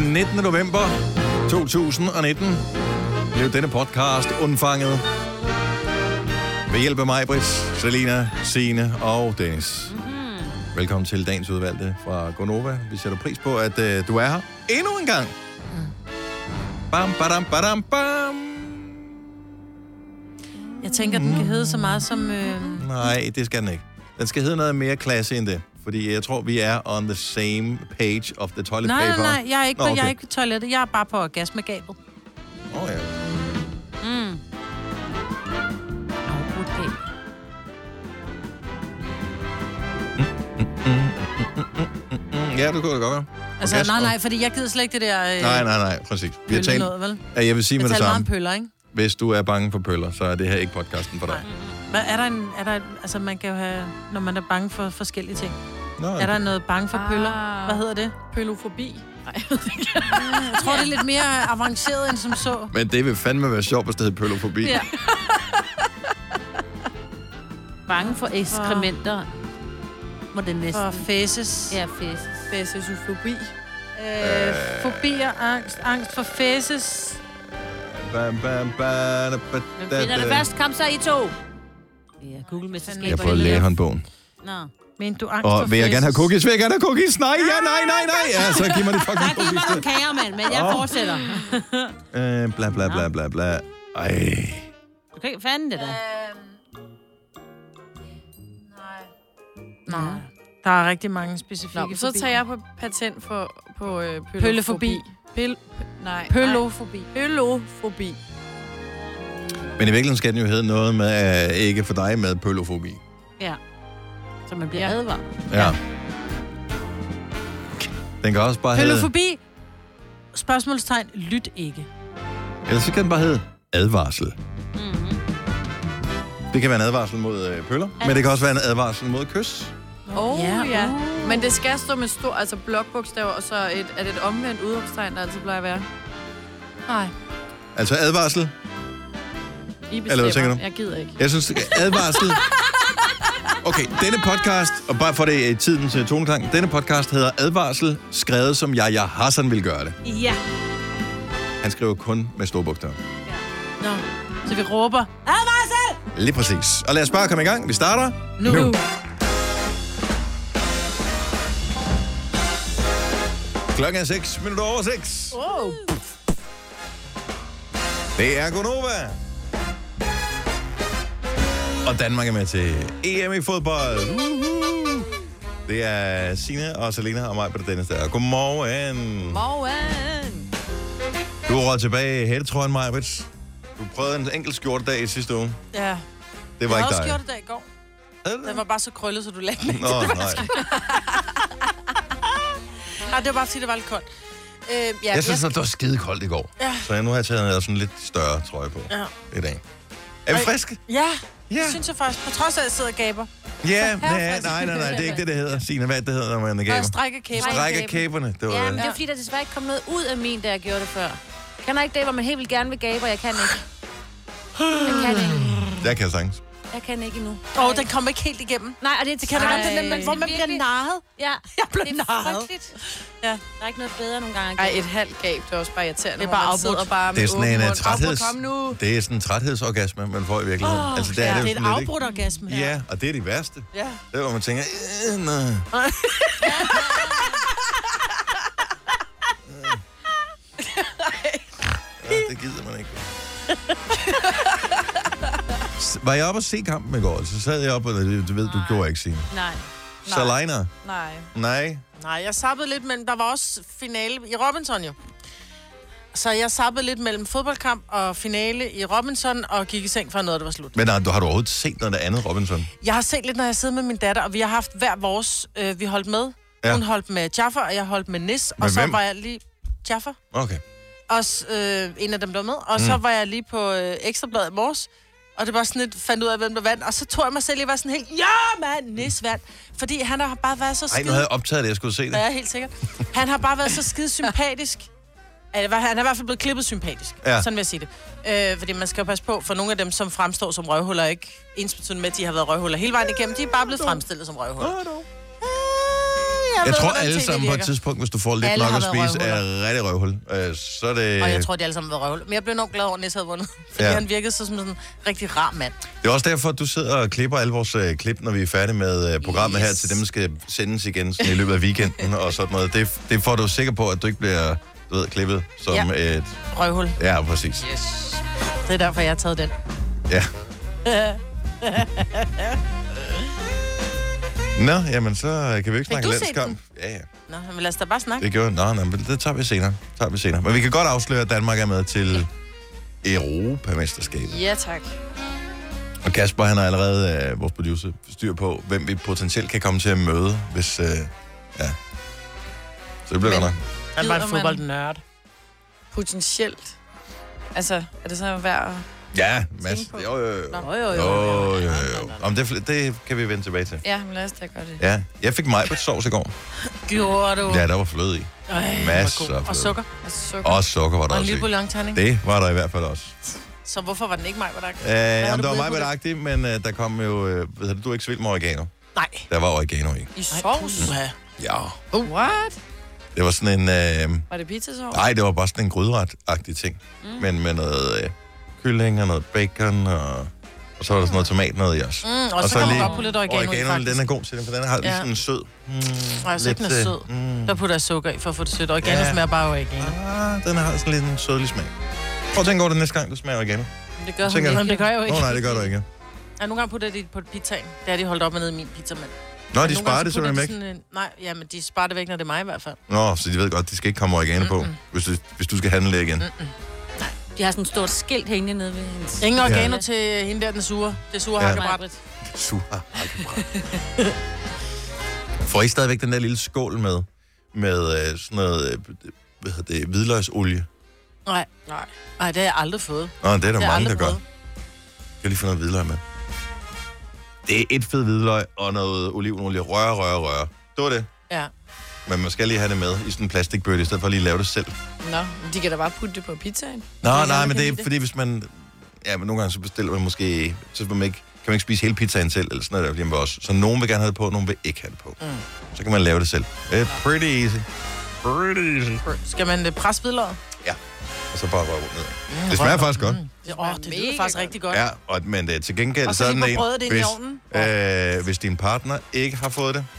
Den 19. november 2019 blev denne podcast undfanget ved hjælp af mig, Britt, Selina, Signe og Dennis. Velkommen til dagens udvalgte fra Gonova. Vi sætter pris på, at du er her endnu en gang. Bam, badam, badam, bam. Jeg tænker, den kan hedde så meget som... Nej, det skal den ikke. Den skal hedde noget mere klasse end det. Fordi jeg tror, vi er on the same page of the toilet paper. Nej, jeg er ikke, jeg er ikke på toilettet. Jeg er bare på orgasmegabet. Åh ja. Ja, du kunne det godt være. Altså, nej, fordi jeg gider slet ikke det der... Nej, præcis. Vi har talt... noget, vel? Ja, jeg vil sige med det samme. Meget om pøller, ikke? Hvis du er bange for pøller, så er det her ikke podcasten for dig. Hvad er der altså, man kan jo have... Når man er bange for forskellige ting. Nå, Er der noget bange for pøller? Hvad hedder det? Pøllofobi? Nej, jeg tror, det er lidt mere avanceret end som så. Men det vil fandme være sjovt, hvis det hedder pøllofobi. Ja. Bange for ekskrementer. Må det næsten. For fæses. Ja, fæses. Fæsesofobi. Fobier, angst for fæses. Hvem finder det først? Kom så, I to. Ja, Google-mesterskab. Jeg får lægehåndbogen. Nå. Men du angst for Og vil jeg gerne have cookies? Vil jeg gerne have cookies? Nej. Ja, så giv mig det fucking cookies. Der giver mig nogle kager, mand, men jeg fortsætter. Bla. Ej. Du kan ikke fanden det der. Nej. Der er rigtig mange specifikke. Nå, så tager jeg på patent på pøllefobi. Pøllofobi. Pøllofobi. Men i virkeligheden skal den jo hedde noget med ikke for dig med pøllofobi. Ja. Så man bliver advaret. Ja. Den kan også bare hedde... Pøllofobi. Spørgsmålstegn. Lyt ikke. Ellers så kan den bare hedde advarsel. Det kan være en advarsel mod pøller, men det kan også være en advarsel mod kys. Ja. Men det skal stå med stor, altså blokbogstaver, og så er det et omvendt udråbstegn, der altid plejer at være. Nej. Altså advarsel? Eller hvad tænker du? Jeg gider ikke. Jeg synes, advarsel... Okay, denne podcast, og bare for det i tidens toneklang, denne podcast hedder Advarsel, skrevet som Yahya Hassan vil gøre det. Ja. Han skriver kun med store bogstaver. Nå, så vi råber, advarsel! Lige præcis. Og lad os bare komme i gang. Vi starter nu. Klokken er 6:06. Wow. Det er Gonova. Og Danmark er med til EM i fodbold. Det er Signe og Selina og mig på det denne sted. Godmorgen. Morgen. Du har råd tilbage i hættetrøjen, Majbrit. Du prøvede en enkelt skjortedag i sidste uge. Ja. Det var ikke dig. Jeg har også gjort det der i går. Den var bare så krøllet, så du lagde den. Nå, nej. Nej, det var bare fordi, det var lidt koldt. Jeg synes, det var skide koldt i går. Ja. Så nu har jeg taget sådan lidt større trøje på i dag. Er vi friske? Ja, det synes jeg faktisk. På trods af, at jeg sidder og gaber. Ja, nej, det er ikke det hedder. Signe, hvad det hedder, når man gaber? Strækker kæberne. Det var, ja, men det er fordi, der desværre ikke kom noget ud af min, da jeg gjorde det før. Jeg kan ikke det, hvor man helt vil gerne vil gabe, og jeg kan ikke. Jeg kan sagtens. Jeg kan ikke endnu. Den kom ikke helt igennem. Nej, og det kan da godt den, hvor man bliver narret. Ja, jeg bliver narret. Ja. Der er ikke noget bedre nogle gange. Ej, et halvt gab, det er også bare irriterende. Det er bare afbrudt. Bare det er sådan en trætheds... Det er sådan en træthedsorgasme, man får i virkeligheden. Altså, det er en afbrudt orgasme. Ja, og det er det værste. Ja. Det er, hvor man tænker, nej. Det gider man ikke. Var jeg oppe og se kampen i går? Så sad jeg op, og du ved, du gjorde ikke, Signe. Nej. Salina? Nej. Nej, jeg sappede lidt, men der var også finale i Robinson jo. Så jeg sappede lidt mellem fodboldkamp og finale i Robinson, og gik i seng for noget, der var slut. Men har du overhovedet set noget andet Robinson? Jeg har set lidt, når jeg sidder med min datter, og vi har haft hver vores. Vi holdt med. Ja. Hun holdt med Jaffer, og jeg holdt med Nis. Og så var jeg lige... Jaffer. Okay. Også en af dem, der var med. Og så var jeg lige på Ekstrabladet i morges. Og det var sådan lidt, fandt ud af, hvem der vandt. Og så tog jeg mig selv lige var sådan helt, ja mand, Nis vandt. Fordi han har bare været så skide... Ej, nu havde jeg optaget det, jeg skulle se det. Ja, helt sikkert. Han har bare været så skide sympatisk. Han er i hvert fald blevet klippet sympatisk. Ja. Sådan vil jeg sige det. Fordi man skal jo passe på, for nogle af dem, som fremstår som røvhuller, ikke ensbetydende med, at de har været røvhuller hele vejen igennem. De er bare blevet fremstillet som røvhuller. Jeg tror hvordan alle tingene sammen på et virker. tidspunkt, hvis du får lidt Alle nok har at været spise, er rigtig røvhul. Så er det... Og jeg tror, de alle sammen har været røvhul. Men jeg blev nok glad over, at Nisse havde vundet. Fordi han virkede så som sådan en rigtig rar mand. Det er også derfor, at du sidder og klipper alle vores klip, når vi er færdige med programmet her, til dem skal sendes igen sådan i løbet af weekenden og sådan noget. Det får du sikker på, at du ikke bliver, du ved, klippet som et... Røvhul. Ja, præcis. Yes. Det er derfor, jeg har taget den. Ja. Nå, jamen så kan vi ikke snakke landskamp. Ja. Nå, men lad os da bare snakke. Det gjorde nej, men det tager vi senere. Men vi kan godt afsløre, at Danmark er med til Europamesterskabet. Ja, tak. Og Kasper, han har allerede, vores producer, styr på, hvem vi potentielt kan komme til at møde, hvis... Så det bliver godt nok. Han var en fodboldnørd. Potentielt. Altså, er det så værd at... Ja, Mads. Jo. Om det kan vi vende tilbage til. Ja, men lad os da gøre det. Ja, jeg fik majbert-sovs i går. Gjorde du? Ja, der var fløde i. Masser af Og fløde. sukker. Og sukker var der Og en også lille i. bouillon-terning. Det var der i hvert fald også. Så hvorfor var den ikke mig, Jamen, der var majbert-agtigt, men der kom jo... du er ikke så vild med oregano. Nej. Der var oregano i. I sovs? Ja. What? Det var sådan en... Var det pizzasovs? Nej, det var bare sådan en gryderet-agtig ting. Men med noget kylling og noget bacon, og så var der sådan noget tomat noget i os. Og så kan man godt putte lidt oregano i, faktisk. Den er god til det, for den har lige sådan en sød. Nej, så ikke noget sød. Der putter jeg sukker i, for at få det sødt. Oregano smager bare oregano. Den har sådan lidt en sødlig smag. Prøv at tænke over det næste gang, du smager oregano. Det gør hun ikke. Det gør jeg jo ikke. Nej, det gør du ikke. Ja, nogle gange putter jeg det på pizzaen. Det har de holdt op med nede i min pizzamand. Nå, de sparer det simpelthen væk? Nej, ja, men de sparer det væk, når det er mig i hvert fald. Nå, så de ved godt, de skal ikke komme oregano på, hvis du skal handle det igen. Nej, de har sådan et stort skilt hængende nede ved hendes... Ingen oregano til hende der, den sure. Det sure hakkebræt. Sure hakkebræt. Får I stadigvæk den der lille skål med sådan noget, hvidløgsolie? Nej, det har jeg aldrig fået. Nå, det er der mange, der gør. Prøvet. Jeg kan lige få noget hvidløg med. Det er et fed hvidløg og noget olivenolie. Røre. Det var det. Ja. Men man skal lige have det med i sådan en plastikbøtte, i stedet for at lige lave det selv. Nå, de kan da bare putte det på pizzaen. Nej, men det er fordi, hvis man... Ja, men nogle gange så bestiller man måske... Så kan man ikke spise hele pizzaen selv, eller sådan noget der hjemme også. Så nogen vil gerne have det på, nogen vil ikke have det på. Så kan man lave det selv. Pretty easy. Skal man presse hvidløget? Ja. Og så bare røre rundt ned. Det smager faktisk godt. Det lyder faktisk rigtig godt. Ja, men det er til gengæld og så sådan en, det ind i ovnen. Hvis din partner ikke har fået det,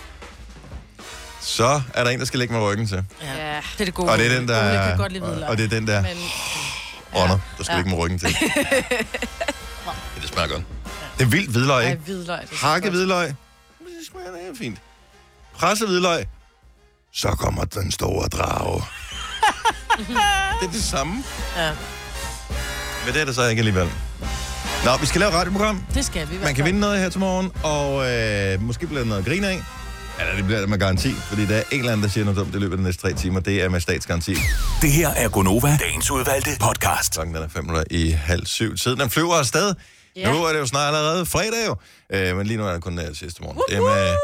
så er der en, der skal lægge med ryggen til. Ja, det er det gode. Og det er den, der... kan godt lide hvidløg. Og det er den, der... ånder, der skal lægge med ryggen til. Det smager godt. Det er vildt hvidløg, ikke? Hvidløg. Hakke hvidløg. Det smager fint. Presse hvidløg. Så kommer den store drage. Det er det samme. Ja. Men det er det så ikke alligevel. Nå, vi skal lave et radioprogram. Det skal vi. Man kan vinde noget her til morgen, og måske bliver der noget grin af. Eller det bliver der med garanti, fordi der er en eller anden, der siger noget dumt i løbet af de næste 3 timer. Det er med statsgaranti. Det her er Gonova, dagens udvalgte podcast. Klokken er 5:05. Tiden den flyver afsted. Ja. Nu er det jo snart allerede fredag jo. Men lige nu er det kun sidste morgen. Det er med...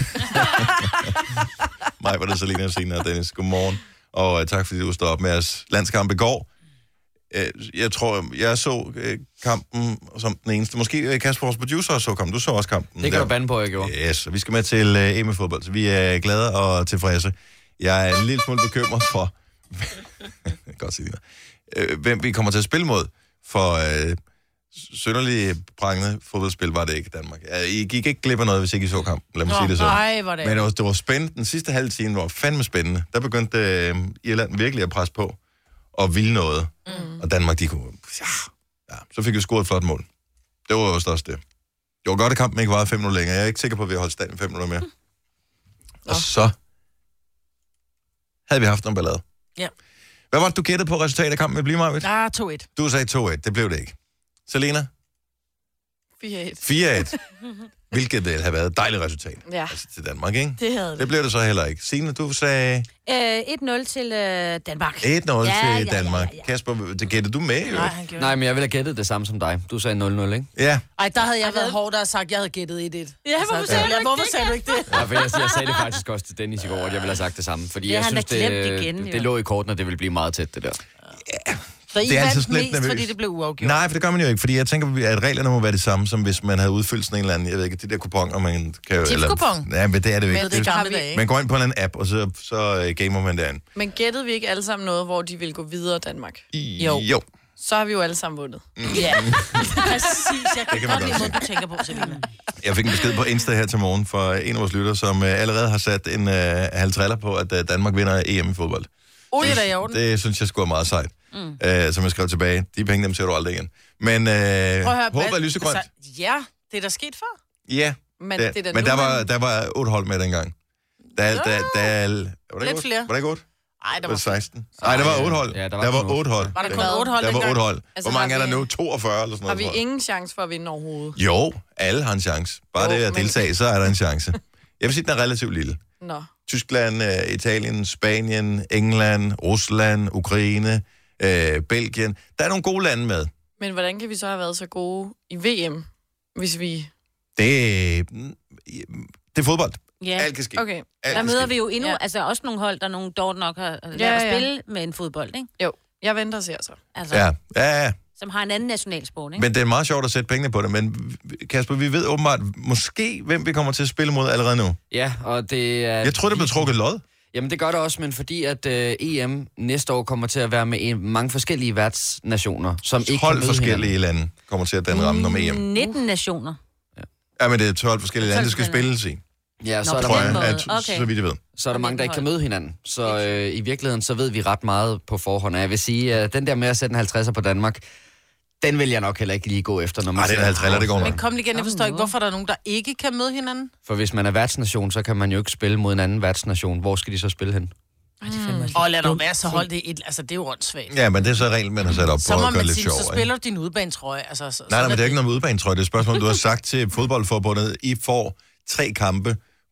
Mig var det Selina, Signe og Dennis. Godmorgen. Og tak fordi du stod op med os. Landskamp i går. Jeg tror, jeg så kampen som den eneste. Måske Kasper, vores producer, så kampen. Du så også kampen. Det kan du bande på, jeg gjorde. Yes, og vi skal med til EM-fodbold, så vi er glade og tilfredse. Jeg er en lille smule bekymret for... Godt sige det. Hvem vi kommer til at spille mod. For synderlige prangende fodboldspil var det ikke i Danmark. I gik ikke glip af noget, hvis ikke I så kampen. Lad mig sige det så. Nej, var det. Men det var spændende. Den sidste halve time var fandme spændende. Der begyndte Irland virkelig at presse på og ville noget. Og Danmark, de kunne... Ja, så fik vi scoret et flot mål. Det var jo også det. Det var godt, at kampen ikke varede 5 minutter længere. Jeg er ikke sikker på, at vi har holdt stand 5 minutter mere. Og så havde vi haft en ballade. Ja. Hvad var det, du gættede på resultatet af kampen med Blimarvidt? 2-1. Du sagde 2-1. Det blev det ikke. Selena? 4-1. 4-1. Hvilket det have været et dæjligt resultat. Ja. Altså til Danmark, ikke? Det havde det. Det blev det så heller ikke. Signe, du sagde... 1-0 til Danmark. 1-0 til Danmark. Kasper, det gættede du med, jo? Nej, han gjorde Nej, men jeg ville have gættet det samme som dig. Du sagde 0-0, ikke? Ja. Ej, der havde jeg været hård og sagt, at jeg havde gættet 1-1. Ja, hvorfor sagde du ikke det? Ja, for jeg sagde det faktisk også til Dennis i går, at jeg ville have sagt det samme. Fordi Det jeg har han synes, da glemt igen, jo. det lå i korten, og det ville blive meget tæt, det der. Det Så I Det er altid vandt sådan lidt mest, nervøs. fordi det blev uafgjort? Nej, for det gør man jo ikke, fordi jeg tænker, at reglerne må være det samme, som hvis man havde udfyldt sådan en eller anden, jeg ved ikke, de der kuponer, man kan jo... Tipskupon? Ja, men det er det jo Men ikke. det er gamle dage, ikke? Man går ind på en eller anden app, og så gamer man derinde. Men gættede vi ikke alle sammen noget, hvor de ville gå videre Danmark? Jo. Så har vi jo alle sammen vundet. Ja, præcis. Jeg kan kan man godt lide godt måde, du tænker på, Selina. Jeg fik en besked på Insta her til morgen fra en af vores lytter, som allerede har sat en halvtræller på, at Danmark vinder EM i fodbold. Det er da i orden. Det synes jeg sgu er meget sejt. Som jeg skrev tilbage. De penge, dem ser du aldrig igen. Men Prøv at høre, håber er lysegrønt. Altså, ja, det er der sket før. Ja, Men, det er da men nu, der var 8 hold med dengang. Var det Lidt flere. Var det ikke 8? Nej, der Var var det 16? Nej, der var 8 hold. Ja, der var 8 hold. Var der kun 8 hold Der var dengang? 8 hold. Altså, Hvor mange er har der vi- nu? 42 eller sådan Har noget? vi tror jeg. ingen chance for at vinde overhovedet? Jo, alle har en chance. Bare Jo, det at men- deltage, så er der en chance. Jeg vil sige, den er relativt lille. Nå. Tyskland, Italien, Spanien, England, Rusland, Ukraine, Belgien. Der er nogle gode lande med. Men hvordan kan vi så have været så gode i VM, hvis vi... Det er fodbold. Ja. Alt kan ske. Okay. Alt Der kan møder ske. vi jo endnu, Ja. altså også nogle hold, der nogle dårligt nok har lært at spille med en fodbold, ikke? Jo, jeg venter og ser så. Altså, Ja. som har en anden nationalsport, ikke? Men det er meget sjovt at sætte pengene på det. Men Kasper, vi ved åbenbart måske, hvem vi kommer til at spille mod allerede nu. Ja, og det er... Jeg tror, det blev trukket lod. Jamen, det gør det også, men fordi at EM næste år kommer til at være med mange forskellige værtsnationer, som ikke kan 12 møde forskellige hinanden. lande kommer til at danne rammen om EM. 19 nationer. Ja, men det er 12 forskellige lande, der skal 12 spilles i. Ja, så Nå, er der på Tror den jeg, måde. at, Okay. så vidt jeg ved. Så er der mange, der ikke kan møde hinanden. Så i virkeligheden, så ved vi ret meget på forhånd. Og jeg vil sige, at den der med at sætte en 50'er på Danmark, den vil jeg nok heller ikke lige gå efter, når man Nej, det er en 50'er, det går nok. Men kom igen, jeg forstår ikke, hvorfor der er nogen, der ikke kan møde hinanden. For hvis man er værtsnation, så kan man jo ikke spille mod en anden værtsnation. Hvor skal de så spille hen? Og lad dog være, så hold det et. Altså, det er jo åndssvagt. Ja, men det er så reglen, man har sat op Så på må at gøre man lidt sige, sjov. så ikke? spiller du din udbanetrøje. Altså, Nej, men det er ikke noget med udbanetrøje. Det er et spørgsmål, du har sagt til fodboldforbundet. I får 3 kampe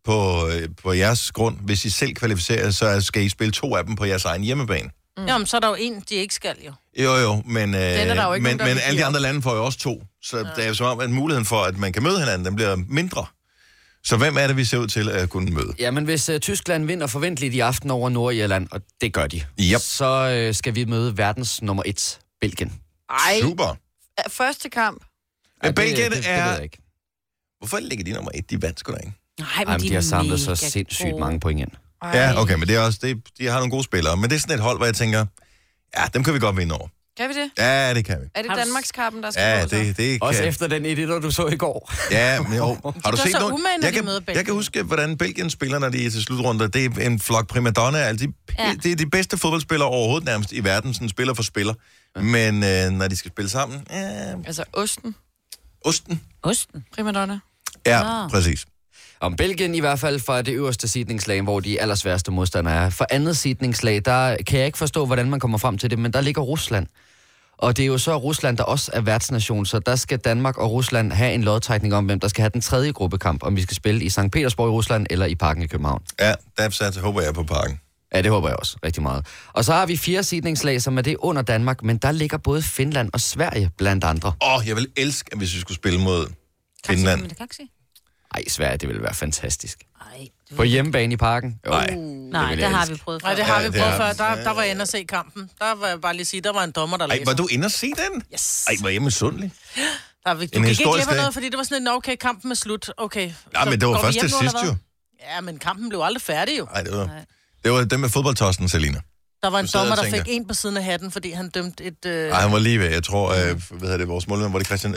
på jeres grund. Hvis I selv kvalificerer, så skal I spille 2 af dem på jeres egen hjemmebane. Jamen, så er der jo en, de ikke skal jo. Jo, men, er der jo ikke men nogen, der vil alle de give andre lande får jo også 2. Så det er jo som om, at muligheden for, at man kan møde hinanden, den bliver mindre. Så hvem er det, vi ser ud til at kunne møde? Jamen, hvis Tyskland vinder forventeligt i aften over Nordirland, og det gør de, Yep. så skal vi møde verdens nummer 1, Belgien. Ej, Super. første kamp. Men Belgien det ved er... jeg ikke. Hvorfor ligger de nummer 1? De vandt sgu da ikke. Nej, Jamen, de har samlet så mega sindssygt gode. mange point ind. Ej. Ja, okay, men det er også, de har nogle gode spillere. Men det er sådan et hold, hvor jeg tænker, ja, dem kan vi godt vinde over. Kan vi det? Ja, det kan vi. Er det Har du- Danmarkskampen, der skal Ja, på så? det Også kan... efter den 1 du så i går. Ja, men jo. Har du gør set så noget? umage, når de møder Belgien. Jeg kan huske, hvordan Belgien spiller, når de er til slutrunder. Det er en flok primadonna. Altså, det er de bedste fodboldspillere overhovedet nærmest i verden, sådan spiller for spiller. Men når de skal spille sammen, Altså osten, osten. Osten. primadonna. Ja, præcis. Om Belgien i hvert fald fra det øverste seedningslag, hvor de allersværeste modstandere er. For andet seedningslag, der kan jeg ikke forstå, hvordan man kommer frem til det, men der ligger Rusland. Og det er jo så Rusland, der også er værtsnation, så der skal Danmark og Rusland have en lodtrækning om, hvem der skal have den 3. gruppekamp, om vi skal spille i St. Petersborg i Rusland eller i Parken i København. Ja, der håber jeg på Parken. Ja, det håber jeg også rigtig meget. Og så har vi 4 seedningslag, som er det under Danmark, men der ligger både Finland og Sverige blandt andre. Jeg vil elske, hvis vi skulle spille mod Finland. Men det kan ikke sige. Ej, Sverige, det ville være fantastisk. Ej, På hjemmebane i Parken? Jo. Nej. nej, vil det jeg har elske. vi prøvet før. Nej, det har Ja, vi det prøvet har før. vi. Der var jeg inde og se kampen. Der var jeg bare lige sige, der var en dommer, der Ej, læser. var du inde og se den? Yes. Ej, var jeg misundelig? Du gik ikke historisk glip af dag. noget, fordi det var sådan en, okay, kampen er slut. Okay. Nej, så men det var går vi først hjem til nu, eller sidst hvad? jo. Ja, men kampen blev aldrig færdig jo. Nej, det var dem med fodboldtosten, Selina. Der var en Du sidder dommer, og der tænker. fik en på siden af hatten, fordi han dømte et... Nej, han var lige ved. Jeg tror, vores målmand, var det Christian,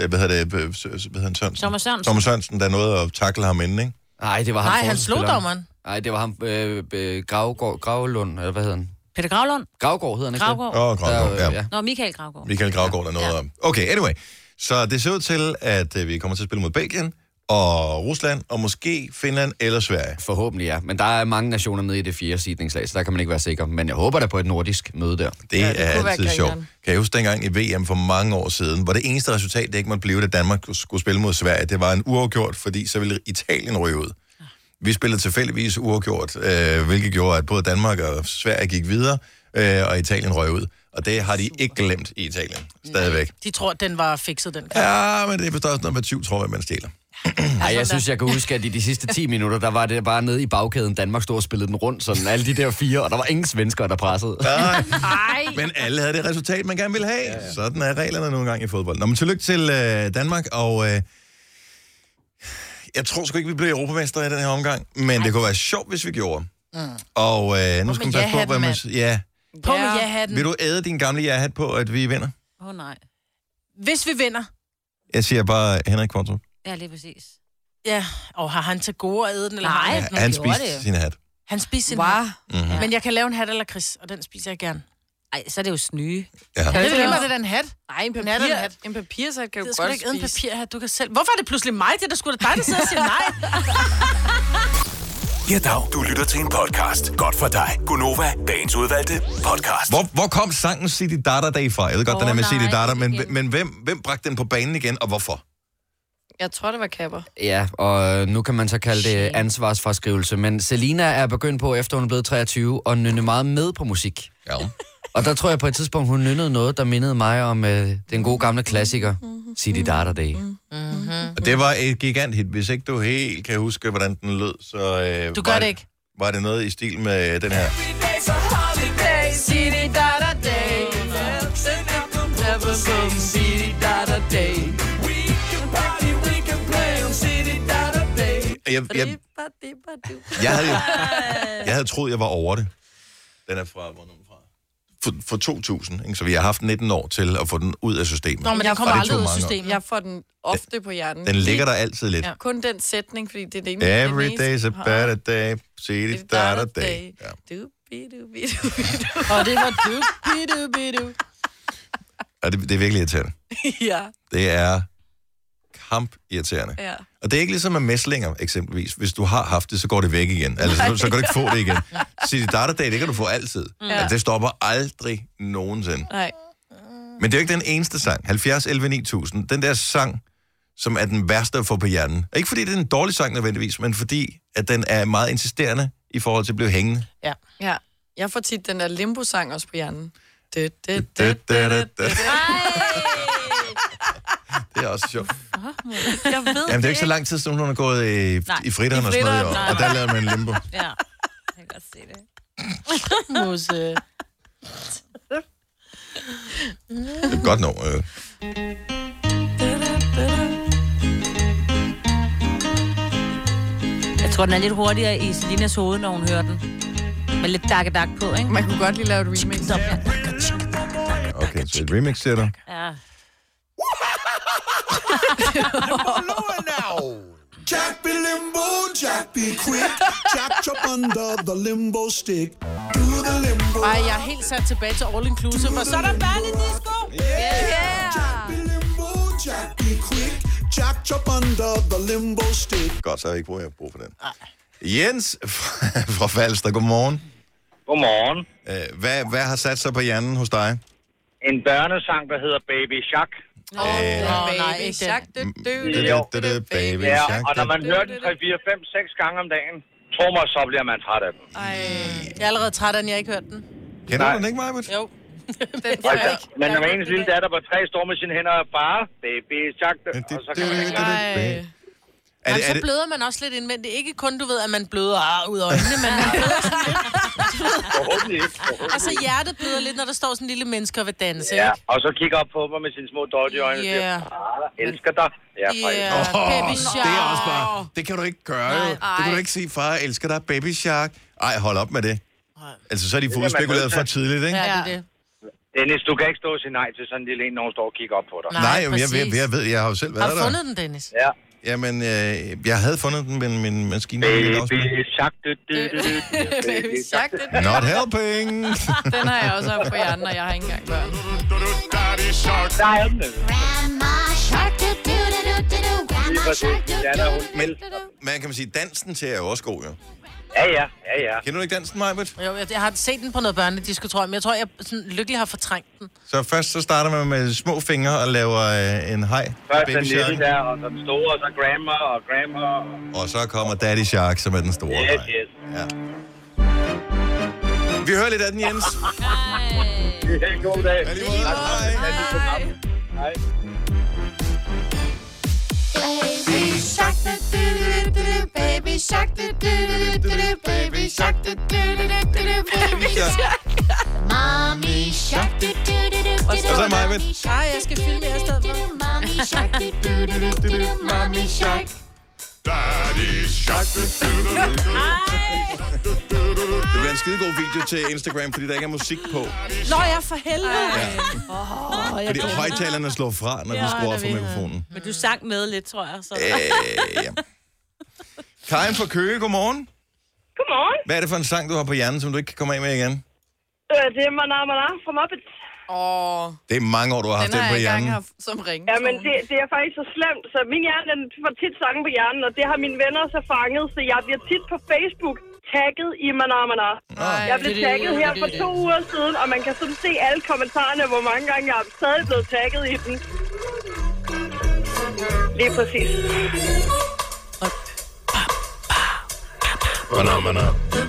Sørensen? Thomas Sørensen. Thomas Sørensen, der nåede at tackle ham inden, ikke? Nej, det var ham Nej, han slog forsvarsspilleren. dommeren. Nej, det var ham, Gravlund, eller hvad hedder han? Peter Gravlund. Gravgaard hedder han ikke Gravgaard. Gravgaard, Der, ja. Nå, Michael Gravgaard. Michael Gravgaard, der nåede at... Okay, anyway. Så det ser ud til, at vi kommer til at spille mod Belgien og Rusland, og måske Finland eller Sverige. Forhåbentlig, ja. Men der er mange nationer med i det 4. seedningslag, så der kan man ikke være sikker. Men jeg håber da på et nordisk møde der. Det Ja, er det kunne være altid sjovt. grineren. Kan jeg huske dengang i VM for mange år siden, hvor det eneste resultat, det ikke måtte blive, at Danmark skulle spille mod Sverige, det var en uafgjort, fordi så ville Italien ryge ud. Vi spillede tilfældigvis uafgjort, hvilket gjorde, at både Danmark og Sverige gik videre, og Italien røg ud. Og det har de ikke glemt i Italien. Stadigvæk. De tror, den var fikset, den kamp. Ja, men det er forstås noget med 20, tror jeg, man stjæler. Ej, jeg synes, jeg kan huske, at i de sidste 10 minutter, der var det bare nede i bagkæden. Danmark stod og spillede den rundt, sådan alle de der 4, og der var ingen svenskere, der pressede. Nej. Men alle havde det resultat, man gerne ville have. Ja. Sådan er reglerne nogle gange i fodbold. Nå, men tillykke til Danmark, og jeg tror sgu ikke, vi bliver europamestre i den her omgang, men det kunne være sjovt, hvis vi gjorde. Og nu skal man passe på, hvad man... Ja. På med ja-hatten. Vil du æde din gamle ja-hat på, at vi vinder? Nej. Hvis vi vinder. Jeg siger bare Henrik Kvartrup. Ja, lige præcis. Ja, og har han til gode at æde den? Eller Nej, har han spiste sin hat. Han spiser sin Wow. hat. Mm-hmm. Men jeg kan lave en hat eller kris, og den spiser jeg gerne. Ej, så er det jo snyge. Ja. Kan du glemme, det er en hat? Nej, en papirsat kan Det jo er sgu godt ikke en spise. papirhat, du kan selv... Hvorfor er det pludselig mig? Det er da sgu da dig, der sidder og siger nej. Ja, dag. Du lytter til en podcast. Godt for dig. Gunova, dagens udvalgte podcast. Hvor kom sangen City Data Day fra? Jeg ved godt, den er med City Data, men hvem bragte den på banen igen, og hvorfor? Jeg tror, det var kapper. Ja, og nu kan man så kalde det ansvarsfraskrivelse, men Selina er begyndt på, efter hun er blevet 23, at nynne meget med på musik. Ja. Og der tror jeg på et tidspunkt, hun nynnede noget, der mindede mig om den gode gamle klassiker, City Data Day. Og det var et giganthit. Hvis ikke du helt kan huske, hvordan den lød, så... Du gør det ikke. Var det noget i stil med den her? Jeg havde troet, jeg var over det. Den er fra... For 2000, ikke? Så vi har haft 19 år til at få den ud af systemet. Nå, men den kommer aldrig ud af systemet. Jeg får den ofte på hjernen. Den ligger der altid lidt. Ja. Kun den sætning, fordi det er det ikke... Every day's a better day, City Data Day. Ja. Og det var du. Og det er virkelig irriterende. Ja. Det er kampirriterende. Ja. Og det er ikke ligesom med mæslinger, eksempelvis. Hvis du har haft det, så går det væk igen. Altså, så kan du ikke få det igen. City Data Day, det kan du få altid. Altså, det stopper aldrig nogensinde. Nej. Men det er jo ikke den eneste sang. 70, 11, 9000. Den der sang, som er den værste at få på hjernen. Ikke fordi det er en dårlig sang nødvendigvis, men fordi at den er meget insisterende i forhold til at blive hængende. Ja. Ja. Jeg får tit den der limbo-sang også på hjernen. Det er også sjovt. Jeg ved Jamen, det er ikke så lang tid, siden hun har gået i fritteren og sådan noget, og der lavede man en limbo. Ja, jeg kan godt se det. Musse. Det er godt nok. Jeg tror, den er lidt hurtigere i Selinas hoved, når hun hører den. Med lidt dak på, ikke? Man kunne godt lige lave et remix. Okay, så et remix, siger du? Ja. Jack be limbo, Jack be quick. Jack jump under the limbo stick. Do the limbo. Ej, jeg er helt sat tilbage til All Inclusive, for så er der balledisco. Jack be limbo, Jack be quick. Jack jump under the limbo stick. Godt, så har jeg ikke brug for den. Jens fra Falster, godmorgen. Godmorgen. Hvad har sat sig på hjernen hos dig? En børnesang, der hedder Baby Shark. Nej, ikke den. Baby Ja, Shark. og når man hører den 3, 4, 5, 6 gange om dagen, tror mig, så bliver man træt af den. Jeg er allerede træt af den, jeg har ikke hørt den. Kender du den ikke, Majbert? Jo. Men når ens lille datter på 3 står med sine hænder og far, Baby Shark, og så kan man ikke... Jamen, så bløder man også lidt indvendigt. Ikke kun, du ved, at man bløder ud af øjnene, men man bløder sådan lidt. Og så hjertet bløder lidt, når der står sådan en lille menneske og vil danse, Ja, ikke? og så kigger op på mig med sine små dodgy øjne og siger, elsker dig. Ja, Baby Shark. Det er også bare... Det kan du ikke gøre, jo. Det kan du ikke sige, far, jeg elsker dig, Baby Shark. Ej, hold op med det. Altså, så er de fodspekuleret for tidligt, ikke? Ja, det er det. Dennis, du kan ikke stå og sige nej til sådan en lille en, når hun står og kigger op på dig. Nej, jeg ved, jeg har jo selv været der. Har du fundet den, Dennis? Ja. Jamen, jeg havde fundet den, men min maskine... Baby Shark, Baby Shark, Not helping! Den har jeg også haft på hjernen, og jeg har ikke engang børn. Der er den. Grandma Shark, Grandma Shark, Men man kan man sige, dansen til er jo også god, jo. Ja. Kender du ikke dansen, Majbert? Jo, jeg har set den på noget børnedisco, tror jeg, men jeg tror, jeg sådan lykkelig har fortrængt den. Så først så starter man med små fingre og laver en hej. Først Baby den Shark. lille der, og så den store, og så grandma. Og så kommer Daddy Shark, som er den store. Yes. Ja. Vi hører lidt af den, Jens. God dag. Ja, lige måde. Hej. Hej. Baby shark, baby shark, baby shark, baby shark. Mommy shark, Og så er mig, Britt. Ej, jeg skal filme jer i stedet for. mommy shark, mommy shark. Daddy shark. Det bliver en skidegod video til Instagram, fordi der ikke er musik på. Nå, jeg for helvede. Fordi højtalerne slår fra, når vi skruer op for mikrofonen. Men du sang med lidt, tror jeg. Så. Ja. Karin fra Køge, godmorgen. Godmorgen. Hvad er det for en sang, du har på hjernen, som du ikke kan komme af med igen? Det er Mana Mana fra Muppets. Det er mange år, du har haft den på hjernen. haft som ring. Ja, men det er faktisk så slemt. Så min hjerne, den får tit sange på hjernen, og det har mine venner så fanget, så jeg bliver tit på Facebook tagget i Mana Mana. Jeg blev tagget her for 2 uger siden, og man kan sådan se alle kommentarerne, hvor mange gange jeg er stadig blevet tagget i den. Lige præcis. Mana, mana.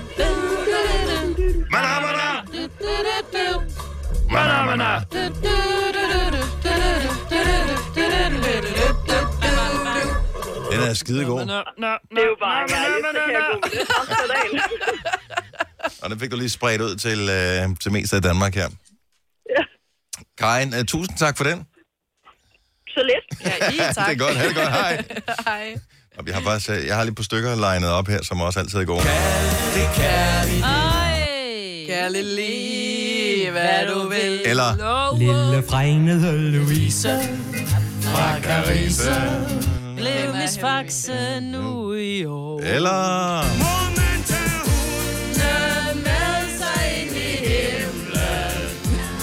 Mana, mana. Mana, mana. Den er skidegod. Det er jo bare herligt, så kan jeg gå med det resten af dagen. Og den fik du lige spredt ud til mest af Danmark her. Ja. Karin, tusind tak for den. Så lidt. Ja, tak. Det er godt. Ha' det godt. Hej. Hej. Og vi har faktisk, jeg har lige et par stykker legnet op her, som også altid er gode. Kærlig lige, hvad du vil. Eller Lille fregnede Louise fra Carissa. Blev Miss Faxe nu i år. Eller Med sig ind i himlen.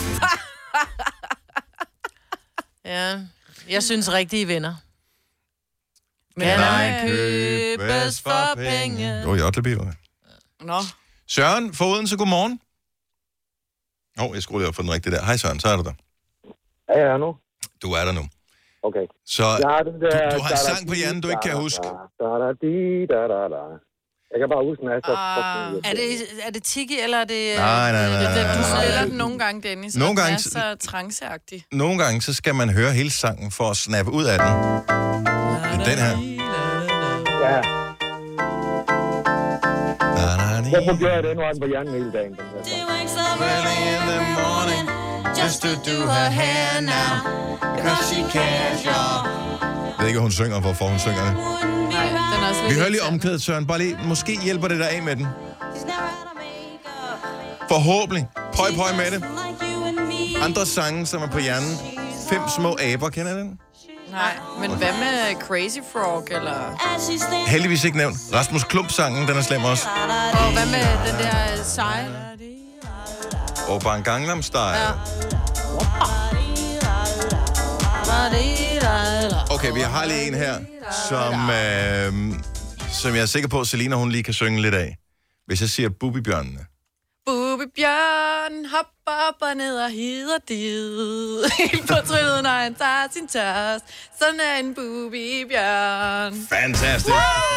Ja, jeg synes rigtige venner. kan ej købes for penge. Jo, Jotlebiver. Nå. Søren fra Odense, godmorgen. Jeg skruer lige op for den rigtige der. Hej Søren, så er du der. Er jeg her nu? Du er der nu. Okay. Så du har en sang på hjernen, du ikke kan huske. Jeg kan bare huske, den er så... Er det Tiki, eller er det... Nej. Du spiller den nogle gange, Dennis. Nogle gange... Den er så tranceagtig. Nogle gange, så skal man høre hele sangen for at snappe ud af den. Den her. Ja. Hvorfor gør jeg den på hjernen hele dagen? Just to do her hair now, because she cares, y'all. Jeg ved ikke, hun synger, hvorfor hun synger det. Nej, den er også Vi hører lige omkvædet, Søren. Bare lige, måske hjælper det dig af med den. Forhåbentlig. Pøj med det. Andre sange, som er på hjernen. 5 små aber, kender den? Nej, men hvad med Crazy Frog, eller... Heldigvis ikke nævnt. Rasmus Klump-sangen, den er slem også. Og hvad med den der sej? Og bare en Gangnam Style. Ja. Okay, vi har lige en her, som jeg er sikker på, at Selina, hun lige kan synge lidt af. Hvis jeg siger Bubibjørnene. Bubibjørn hopper op og ned og hider did. Helt på tryllet, når han tager sin tørst. Sådan er en bubibjørn. Fantastisk.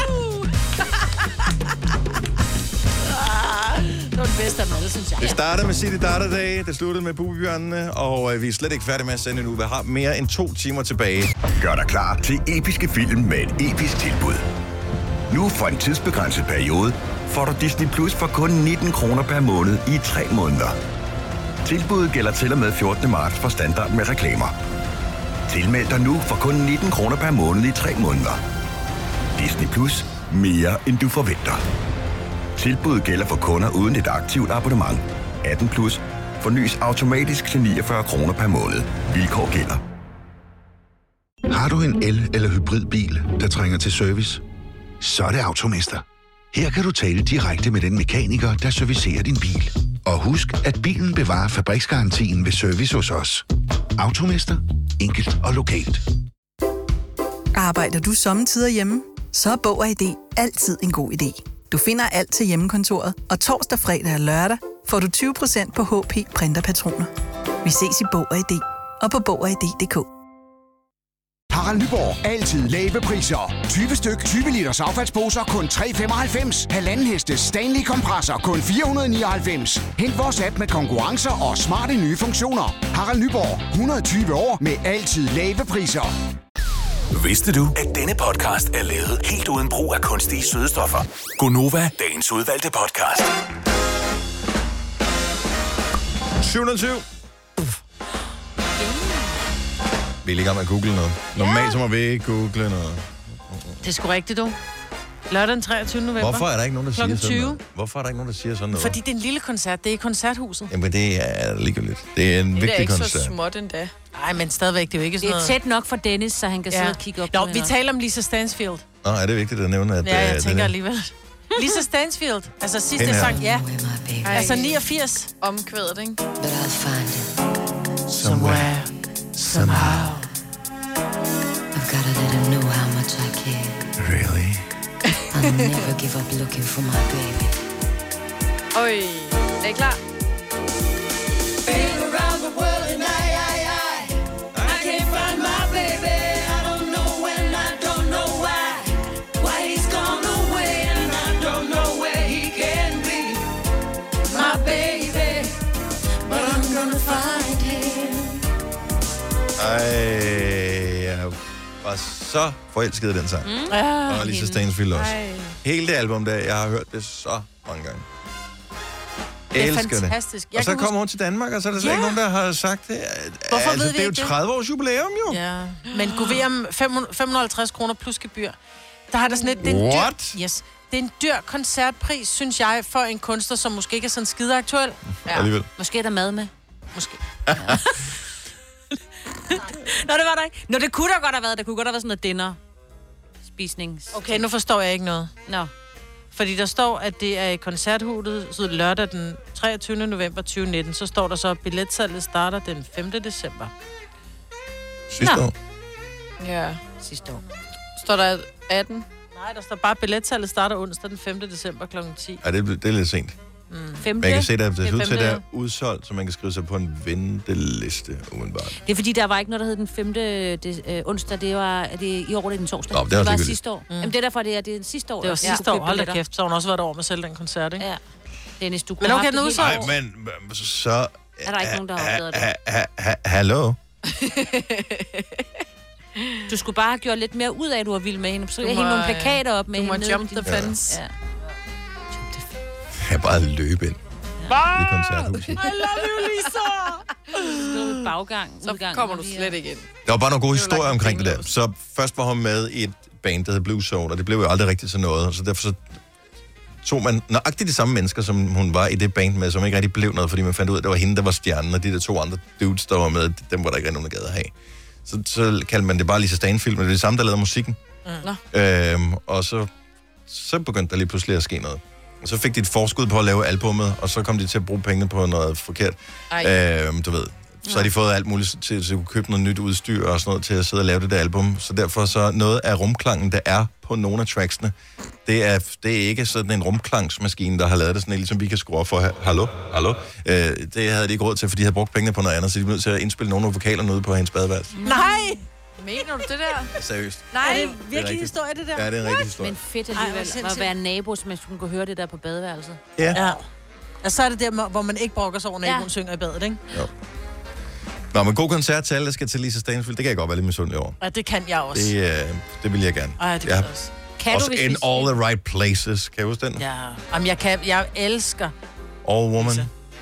Det var det bedste af dem alle, synes jeg. Det startede med City Data Day, det sluttede med Bubibjørnene, og vi er slet ikke færdige med at sende nu. Vi har mere end 2 timer tilbage. Gør dig klar til episke film med et episk tilbud. Nu for en tidsbegrænset periode får du Disney Plus for kun 19 kroner per måned i 3 måneder. Tilbuddet gælder til og med 14. marts for standard med reklamer. Tilmeld dig nu for kun 19 kroner per måned i 3 måneder. Disney Plus. Mere end du forventer. Tilbuddet gælder for kunder uden et aktivt abonnement. 18 plus. Fornyes automatisk til 49 kroner per måned. Vilkår gælder. Har du en el- eller hybridbil, der trænger til service? Så er det Automester. Her kan du tale direkte med den mekaniker, der servicerer din bil. Og husk, at bilen bevarer fabriksgarantien ved service hos os. Automester. Enkelt og lokalt. Arbejder du sommetider hjemme? Så er Bog og ID altid en god idé. Du finder alt til hjemmekontoret, og torsdag, fredag og lørdag får du 20% på HP printerpatroner. Vi ses i Bog og ID og på Bog og ID.dk. Harald Nyborg. Altid lave priser. 20 styk, 20 liters affaldsposer kun 3,95. Halvanden heste Stanley kompresser kun 499. Hent vores app med konkurrencer og smarte nye funktioner. Harald Nyborg. 120 år med altid lave priser. Vidste du, at denne podcast er lavet helt uden brug af kunstige sødestoffer? Gonova, dagens udvalgte podcast. 720. Vi er lige i gang med at google noget. Normalt så må vi ikke google noget. Det er sgu rigtigt, du. Lørdag den 23. november. Hvorfor er der ikke nogen, der siger sådan 20. noget? Hvorfor er der ikke nogen, der siger sådan noget? Fordi det er en lille koncert. Det er i koncerthuset. Jamen, det er ligegyldigt. Det er en vigtig koncert. Det er ikke så småt endda. Nej, men stadigvæk, det er jo ikke sådan noget. Det er tæt nok for Dennis, så han kan sidde og kigge op. Nå, vi taler om Lisa Stansfield. Nå, er det vigtigt at nævne, at... Ja, jeg tænker alligevel. Lisa Stansfield. Altså sidste sang, ja. Altså 89. Omkvædet, ikke? But I'll find it. Somewhere. Somehow. I've gotta let him know how much I care. Really? I'll never give up looking for my baby. Oj, er I klar? Been around the world and I can't find my baby. I don't know when, I don't know why. Why he's gone away and I don't know where he can be. My baby, but I'm gonna find him. Jeg var så forelsket i den sang. Og Lisa Stansfield også. Hele det album der, jeg har hørt det så mange gange. Det er elsker fantastisk. Det. Og så kommer hun til Danmark, og så er der slet ikke nogen, der har sagt det. Hvorfor altså, ved vi det er jo ikke 30 års jubilæum, jo. Ja, men gå ved om 550 kroner plus gebyr. Der har der sådan et... Det er en What? dyr, yes. Det er en dyr koncertpris, synes jeg, for en kunstner, som måske ikke er sådan skide aktuel. Ja. Alligevel. Måske er der mad med. Måske. Ja. Nå, det var der ikke. Nå, det kunne der godt have været. Det kunne godt have været sådan noget dinner. Spisning. Okay, nu forstår jeg ikke noget. Nå. Fordi der står, at det er i koncerthuset så lørdag den 23. november 2019. Så står der så, at billetsalget starter den 5. december. Sidste år? Ja. Sidste år. Står der 18? Nej, der står bare, at billetsalget starter onsdag den 5. december kl. 10. Ja, det er lidt sent. Femte? Man kan se, at det er ud til, at det er femte. udsolgt, så man kan skrive sig på en venteliste, umiddelbart. Det er fordi, der var ikke noget, der hed den 5. onsdag. Det var i år, det er den torsdag. Nå, det var var sidste år. Jamen, det er derfor, det er sidste år. Det var sidste år, hold da kæft. Så har hun også været over med selv den koncert, ikke? Ja. Dennis, du kunne Men okay, have nu haft så... det Nej, men så... Er der ikke nogen, der har opdaget det? Hallo? Du skulle bare have gjort lidt mere ud af, at du var vild med hende. Så jeg hænge nogle plakater op med hende. hende. Du må jump the fence. Ja. Jeg bare løbe ind. I koncerthuset. I love you, Lisa! Du ved baggang, så udgang. kommer du slet ikke ind. Der var bare nogle gode historier omkring det der. Så først var hun med i et band, der hed Blue Soul, og det blev jo aldrig rigtigt til noget. Så derfor så tog man nøjagtigt de samme mennesker, som hun var i det band med, som ikke rigtig blev noget, fordi man fandt ud af, at det var hende, der var stjernen, og de der to andre dudes, der var med, dem var der ikke rigtig nogen, der gad at have. Så kaldte man det bare Lisa Stansfield, men det er det samme, der lavede musikken. Og så begyndte der lige pludselig at ske noget. Og så fik de et forskud på at lave albummet, og så kom de til at bruge pengene på noget forkert. Du ved. Så har de fået alt muligt til at kunne købe noget nyt udstyr og sådan noget til at sidde og lave det der album. Så derfor så noget af rumklangen, der er på nogle af tracksene, det er ikke sådan en rumklangsmaskine, der har lavet det sådan, ligesom vi kan skrue for. Hallo? Det havde de ikke råd til, for de havde brugt pengene på noget andet, så de blev nødt til at indspille nogle af vokalerne ude på hendes badeværelse. Nej! Mener du det der? Seriøst. Nej, er det Det virkelig er historie, det der? Ja, det er en rigtig historie. Men fedt alligevel at være nabo, så man kunne gå høre det der på badeværelset. Ja. Og så er det der, hvor man ikke brokker sig over, naboen synger i badet, ikke? Jo. Nå, men god koncert til alle, der skal til Lisa Stansfield. Det kan jeg godt være lidt misundelig over. Ja, det kan jeg også. Det vil jeg gerne. Ej, det kan jeg også. Kan også du, in all the right places. Kan du huske den? Ja. Jamen, jeg elsker... All Woman.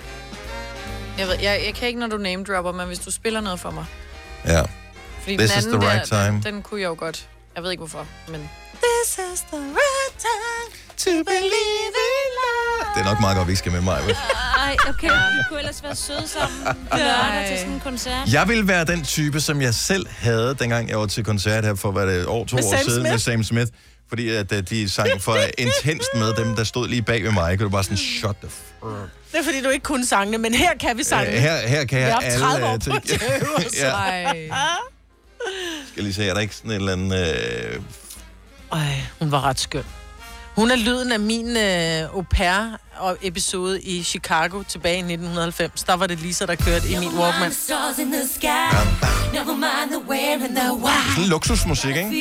Jeg kan ikke, når du name dropper, men hvis du spiller noget for mig. Ja. Fordi This den is anden the right der, time. Den kunne jeg jo godt. Jeg ved ikke hvorfor, men... This is the right time to believe in love. Det er nok meget godt, vi ikke skal med mig. Ej, okay. Vi kunne ellers være søde sammen lørdag til sådan en koncert. Jeg ville være den type, som jeg selv havde, dengang jeg var til koncert her for, 2 år siden med Sam Smith. Fordi at de sang for intenst med dem, der stod lige bag ved mig. Jeg kunne bare sådan, shut the fuck. Det er fordi, du ikke kunne sange, men her kan vi sange. Her kan jeg alle... Vi har 30 år på det øverste. Skal lige se, er der ikke sådan en eller anden... Ej, hun var ret skøn. Hun er lyden af min au pair-episode i Chicago tilbage i 1990. Der var det Lisa, der kørte i min Walkman. Sådan luksusmusik, ikke?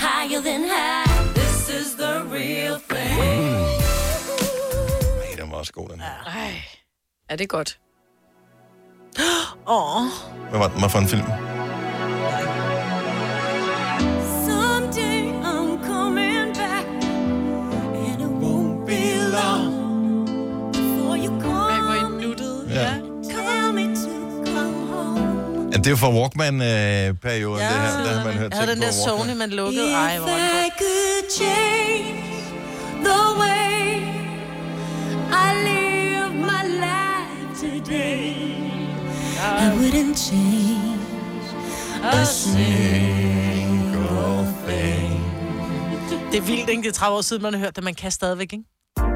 Den var også god, den her. Ej, er det godt? Hvad var den var for en film? Ja, det er jo fra Walkman-perioden, det her. Der har man hørt jeg havde den der Sony, man lukkede. Ej, hvor var det I wouldn't change a single thing. Det er vildt, ikke? Det er 30 år siden, man har hørt det. Man kan stadigvæk, ikke?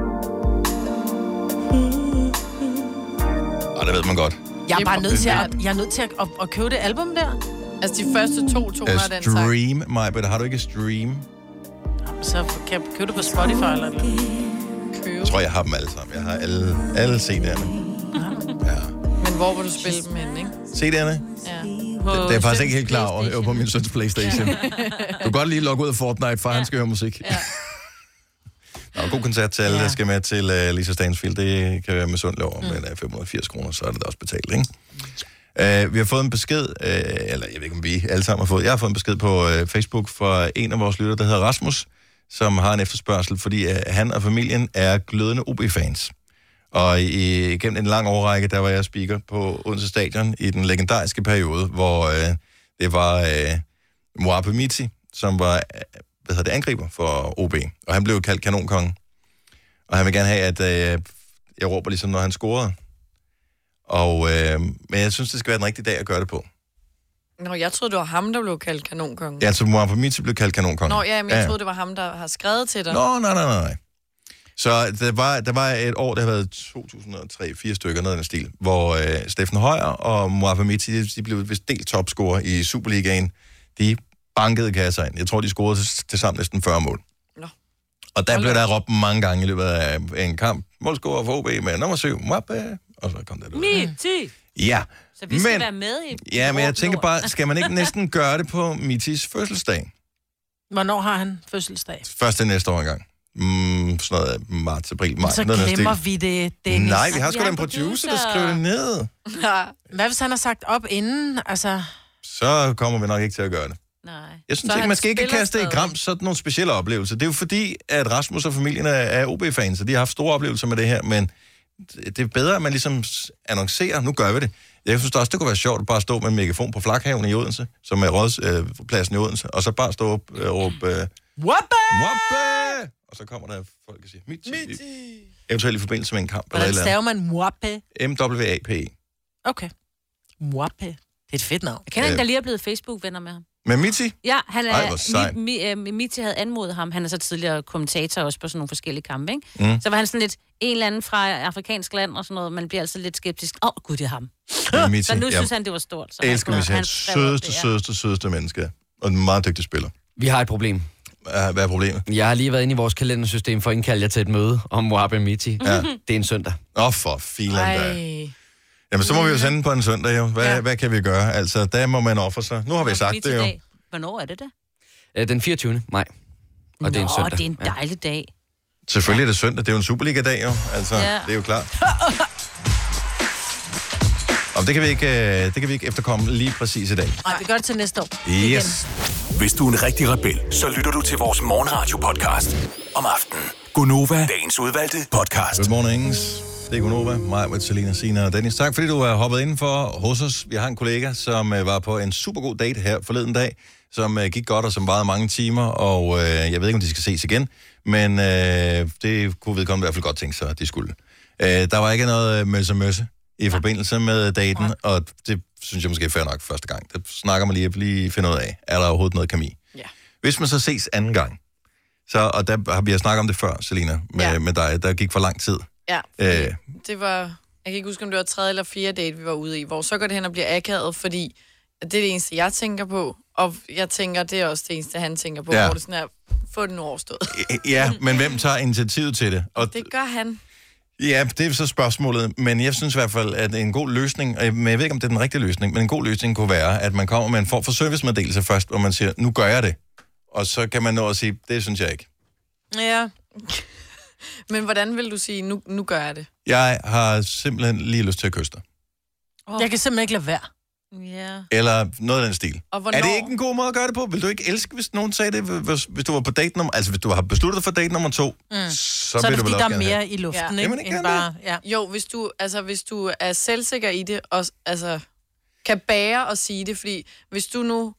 Og det ved man godt. Jeg er bare nødt til at købe det album der. Altså de første 2 toner af den sang. Stream, Majbert. Har du ikke Stream? Så kan jeg købe det på Spotify eller noget. Jeg tror, jeg har dem alle sammen. Jeg har alle CD'erne. Men hvor vil du spille dem hen, ikke? CD'erne? Ja. Det er jeg faktisk ikke helt klar over. Jeg var på min søns PlayStation. Du kan godt lige logge ud af Fortnite, for han skal høre musik. Ja. God koncert til alle, der skal med til Lisa Stansfield. Det kan være med sund lov, men 580 kroner, så er det da også betalt, ikke? Vi har fået en besked, eller jeg ved ikke, om vi alle sammen har fået. Jeg har fået en besked på Facebook fra en af vores lyttere, der hedder Rasmus, som har en efterspørgsel, fordi han og familien er glødende OB-fans. Og gennem en lang årrække, der var jeg speaker på Odense Stadion i den legendariske periode, hvor det var Moape Miti, som var angriber for OB. Og han blev kaldt kanonkongen. Og han vil gerne have, at jeg råber ligesom, når han scorede. Men jeg synes, det skal være den rigtige dag at gøre det på. Nå, jeg troede, det var ham, der blev kaldt kanonkongen. Ja, altså Moape Miti blev kaldt kanonkongen. Nå, ja, men jeg troede, det var ham, der har skrevet til dig. Nå, nej. Så der var et år, der har været 2003-4 stykker, noget af den stil, hvor Steffen Højer og Moape Miti, de blev vist delt topscorer i Superligaen. De bankede kasser ind. Jeg tror, de scorede til sammen næsten 40 mål. Nå. Og der blev der råbt mange gange i løbet af en kamp. Målscorer for OB med nummer 7, Moape, og så kom der ud. Miti! Ja. Så vi skal være med i... Ja, men jeg tænker bare, skal man ikke næsten gøre det på Mitis fødselsdag? Hvornår har han fødselsdag? Først til næste år engang. Sådan noget marts, april, maj. Så glemmer vi det, Dennis. Nej, vi har sgu da en producer, der skriver det ned. Hvad hvis han har sagt op inden? Altså... Så kommer vi nok ikke til at gøre det. Nej. Jeg synes ikke, man skal ikke kaste i gram sådan nogle specielle oplevelser. Det er jo fordi, at Rasmus og familien er OB-fans, og de har haft store oplevelser med det her, men det er bedre, at man ligesom annoncerer, nu gør vi det. Jeg synes også, det kunne være sjovt at bare stå med en megafon på Flakhaven i Odense, som er rådspladsen i Odense, og så bare stå og råbe... Wappa! Wappa! Og så kommer der folk og siger, Miti! Eventuelt i forbindelse med en kamp. Hvordan staver man Wappa? M-W-A-P. Okay. Wappa. Det er et fedt navn. Jeg kender en, der lige er blevet Facebook-venner med ham. Med Miti? Ja, han er... Miti havde anmodet ham. Han er så tidligere kommentator også på sådan nogle forskellige kampe, ikke? Så var han sådan lidt en eller anden fra afrikansk land og sådan noget. Man bliver altså lidt skeptisk. Gud, det er ham. Så nu synes han, det var stort. Så elsker Miti. Han sødeste menneske. Og en meget dygtig spiller. Vi har et problem. Hvad er problemet? Jeg har lige været inde i vores kalendersystem for at indkalde jer til et møde om Moabe Miti. Ja. Det er en søndag. For filan da. Jamen, så må vi jo sende på en søndag, jo. Hvad kan vi gøre? Altså, der må man ofre sig. Nu har vi sagt det, jo. Hvornår er det da? Den 24. maj. Og det er en søndag. Det er en dejlig dag. Selvfølgelig er det søndag. Det er jo en Superliga-dag, jo. Altså, det er jo klart. Og det kan vi ikke efterkomme lige præcis i dag. Nej, vi gør det til næste år. Yes. Hvis du er en rigtig rebel, så lytter du til vores morgenradio-podcast om aftenen. Gonova, dagens udvalgte podcast. Good mornings. Det er Gonova, mig med Selina, Sina og Dennis. Tak fordi du har hoppet indenfor hos os. Vi har en kollega, som var på en super god date her forleden dag, som gik godt og som varede mange timer, og jeg ved ikke, om de skal ses igen, men det kunne vedkommende i hvert fald godt tænke sig, at de skulle. Der var ikke noget møsse i forbindelse med daten, og det synes jeg måske er fair nok første gang. Det snakker man lige finde ud af. Er der overhovedet noget kemi? Ja. Hvis man så ses anden gang, og der har vi snakket om det før, Selina, med dig, der gik for lang tid. Ja, det var, jeg kan ikke huske, om det var 3. eller 4. date, vi var ude i, hvor så går det hen og bliver akavet, fordi det er det eneste, jeg tænker på, og jeg tænker, det er også det eneste, han tænker på, hvor det sådan er, få den overstået. Ja, men hvem tager initiativet til det? Og Det gør han. ja, det er så spørgsmålet, men jeg synes i hvert fald, at en god løsning, men jeg ved ikke, om det er den rigtige løsning, men en god løsning kunne være, at man kommer med en form for servicemeddelelse først, hvor man siger, nu gør jeg det. Og så kan man nå at sige, det synes jeg ikke. Ja. Men hvordan vil du sige, nu gør jeg det? Jeg har simpelthen lige lyst til at kysse dig. Jeg kan simpelthen ikke lade være. Ja. Eller noget af den stil. Og hvornår? Er det ikke en god måde at gøre det på? Vil du ikke elske, hvis nogen sagde det, hvis du var på date nummer... Altså, hvis du har besluttet dig for date nummer 2, så er det, fordi der er mere i luften, ikke? End bare, Jo, hvis du er selvsikker i det, og altså, kan bære og sige det, fordi hvis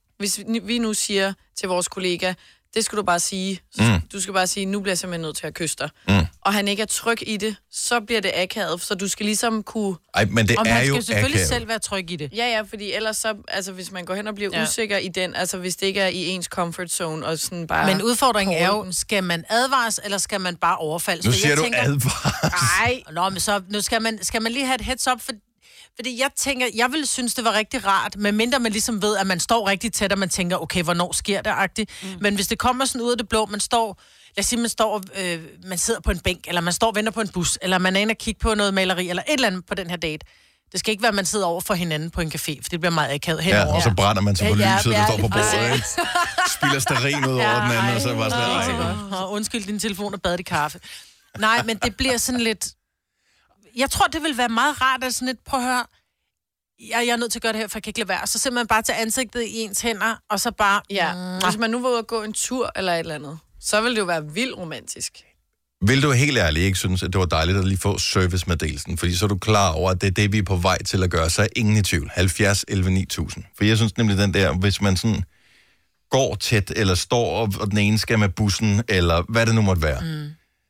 vi nu siger til vores kollega, det skal du bare sige. Du skal bare sige, nu bliver jeg simpelthen nødt til at kysse dig. Og han ikke er tryg i det, så bliver det akavet, så du skal ligesom kunne... Ej, men det og er man jo skal selvfølgelig akavet. selv være tryg i det. Ja, fordi ellers så, altså hvis man går hen og bliver usikker i den, altså hvis det ikke er i ens comfort zone, og sådan bare... Men udfordringen er jo, skal man advares, eller skal man bare overfaldes? Nu For siger jeg du tænker, advares. Nej. Nå, men så nu skal man lige have et heads up, fordi jeg tænker, jeg ville synes, det var rigtig rart, medmindre man ligesom ved, at man står rigtig tæt, og man tænker, okay, hvornår sker det, agtigt. Men hvis det kommer sådan ud af det blå, man står, lad os sige, man sidder på en bænk, eller man står og venter på en bus, eller man er inde og kigge på noget maleri, eller et eller andet på den her date. Det skal ikke være, at man sidder over for hinanden på en café, for det bliver meget akavet henover. Ja, og så brænder man sig på lyset, der står på bordet, præcis. ikke? Spiller stearin ud over den anden, og så var sådan Og undskyld, din telefon er badet i kaffe. Nej, men det bliver sådan lidt... Jeg tror, det vil være meget rart, at sådan lidt, prøv at høre, jeg er nødt til at gøre det her, for jeg kan ikke lade være. Så simpelthen bare tage ansigtet i ens hænder, og så bare... Ja, hvis man nu var ude og gå en tur eller et eller andet, så ville det jo være vildt romantisk. Vil du helt ærligt ikke synes, at det var dejligt at lige få servicemeddelelsen? Fordi så er du klar over, at det er det, vi er på vej til at gøre. Så er ingen i tvivl. 70 11 9000. For jeg synes nemlig den der, hvis man sådan går tæt, eller står, og den ene skal med bussen, eller hvad det nu måtte være,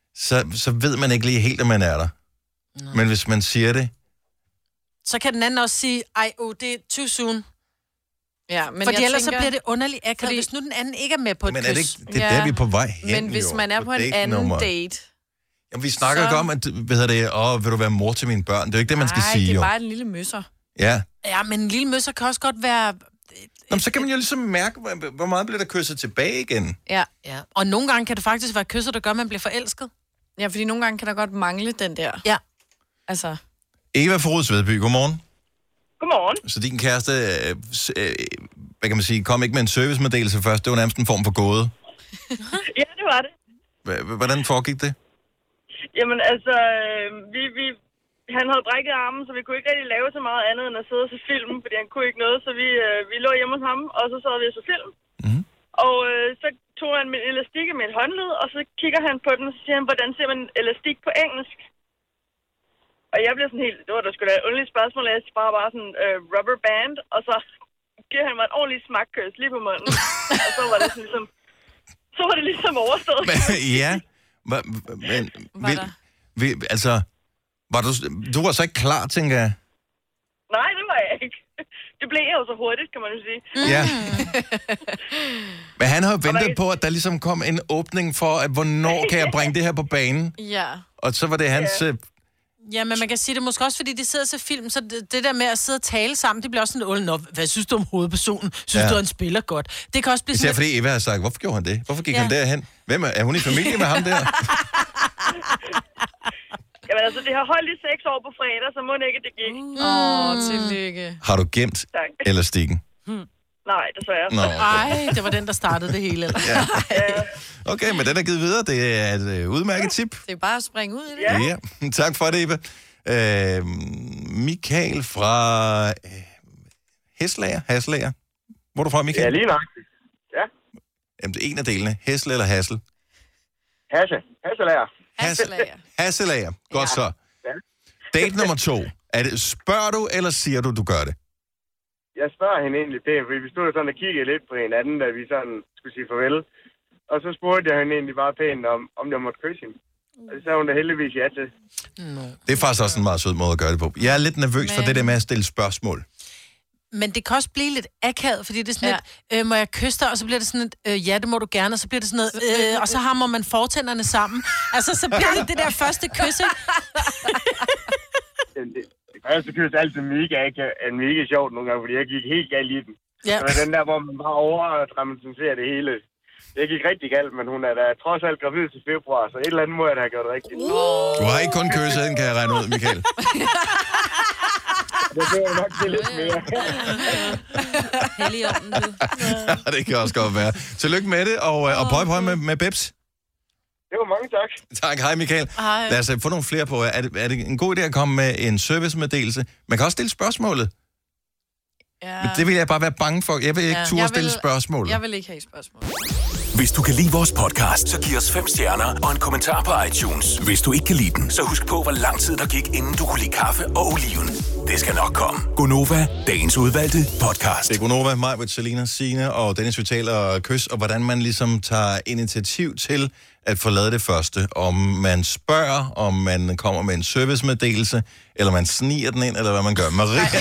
så ved man ikke lige helt, at man er der. Men hvis man siger det... Så kan den anden også sige, det er too soon. Ja, men fordi ellers tænker, så bliver det underligt akavet, hvis nu den anden ikke er med på et Men kys. er det ikke, det er der, vi er på vej hen, Men hvis jo, man er på en anden date... Jamen, vi snakker ikke om, at, vil du være mor til mine børn? Det er jo ikke det, man skal sige, det er jo. bare en lille møsser. Ja. Ja, men en lille møsser kan også godt være... Nå, så kan man jo ligesom mærke, hvor meget bliver der kysset tilbage igen. Ja. Og nogle gange kan det faktisk være kysser, der gør, at man bliver forelsket. Ja, fordi nogle gange kan der godt mangle den der. Ja. Altså... Eva fra Rudsvedby, godmorgen. Godmorgen. Så din kæreste, hvad kan man sige, kom ikke med en servicemeddelelse først. Det var nærmest en form for gåde. Ja, det var det. Hvordan foregik det? Jamen altså, han havde brækket armen, så vi kunne ikke rigtig lave så meget andet end at sidde og se film, fordi han kunne ikke noget, så vi lå hjemme hos ham, og så sad vi og så film. Og så tog han min elastik med et håndled, og så kigger han på den, og så siger han, hvordan ser man elastik på engelsk? Og jeg blev sådan helt, det var da sgu da et underligt spørgsmål, jeg svarer bare sådan, rubber band, og så giver han mig et ordentligt smakkys lige på munden. Og så var det sådan ligesom, overstået. Ja, altså, du var så ikke klar, tænker jeg? Nej, det var jeg ikke. Det blev jeg jo så hurtigt, kan man jo sige. Ja. Men han har ventet på, at der ligesom kom en åbning for, at hvornår kan jeg bringe det her på banen? Ja. Og så var det hans... Ja, men man kan sige det måske også, fordi de sidder og ser film, så det der med at sidde og tale sammen, det bliver også sådan, hvad synes du om hovedpersonen? Synes du, han spiller godt? Det kan også blive sådan... fordi Eva har sagt, hvorfor gjorde han det? Hvorfor gik han derhen? Hvem er hun i familie med ham der? Jamen altså, det har holdt i 6 år på fredag, så må det ikke, det gik. Tillykke. Har du gemt elastikken? Nej, desværre. Nå, okay. Ej, det var den, der startede det hele. Ja. Okay, men den er givet videre. Det er et udmærket tip. Det er bare at springe ud i det. Ja. Tak for det, Eva. Michael fra Haslager. Hvor er du fra, Michael? Ja, lige nok. Ja. Jamen, det er en af delene. Hæsle eller Hassel? Hasselager. Godt så. Ja. Date nummer 2. Spørger du, eller siger du gør det? Jeg spørger hende egentlig pænt, fordi vi stod sådan og kiggede lidt på hinanden, da vi sådan skulle sige farvel. Og så spurgte jeg hende egentlig bare pænt, om jeg måtte kysse hende. Og det sagde hun da heldigvis ja til. Det er faktisk også en meget sød måde at gøre det på. Jeg er lidt nervøs for det der med at stille spørgsmål. Men det kan også blive lidt akavet, fordi det er sådan lidt, må jeg kysse dig? Og så bliver det sådan et, ja, det må du gerne. Og så bliver det sådan noget, og så hammer man fortænderne sammen. Altså, så bliver det der første kys, ikke? Det første kys er altid mega sjovt nogle gange, fordi jeg gik helt galt i den. Ja. Så den der, hvor man bare overdramatiserer det hele. det gik rigtig galt, men hun er da trods alt gravid til februar, så et eller andet må jeg da have gjort rigtigt. Du har ikke kun kysset den, kan jeg regne ud, Michael. Det bliver nok til lidt mere. Hellig om du. Det kan også godt være. Tillykke med det, og pøj med Bebs. Det var mange tak. Tak, hej Michael. Hej. Lad os få nogle flere på. Er det en god idé at komme med en servicemeddelelse? Man kan også stille spørgsmålet. Ja. Men det vil jeg bare være bange for. Jeg vil ikke turde stille spørgsmålet. Jeg vil ikke have spørgsmål. Hvis du kan lide vores podcast, så giv os 5 stjerner og en kommentar på iTunes. Hvis du ikke kan lide den, så husk på, hvor lang tid der gik, inden du kunne lide kaffe og oliven. Det skal nok komme. Gonova, dagens udvalgte podcast. Det er Gonova, mig, Selina, Signe og Dennis, vi taler kys, og hvordan man ligesom tager initiativ til at forlade det første. Om man spørger, om man kommer med en servicemeddelelse, eller man sniger den ind, eller hvad man gør. Maria.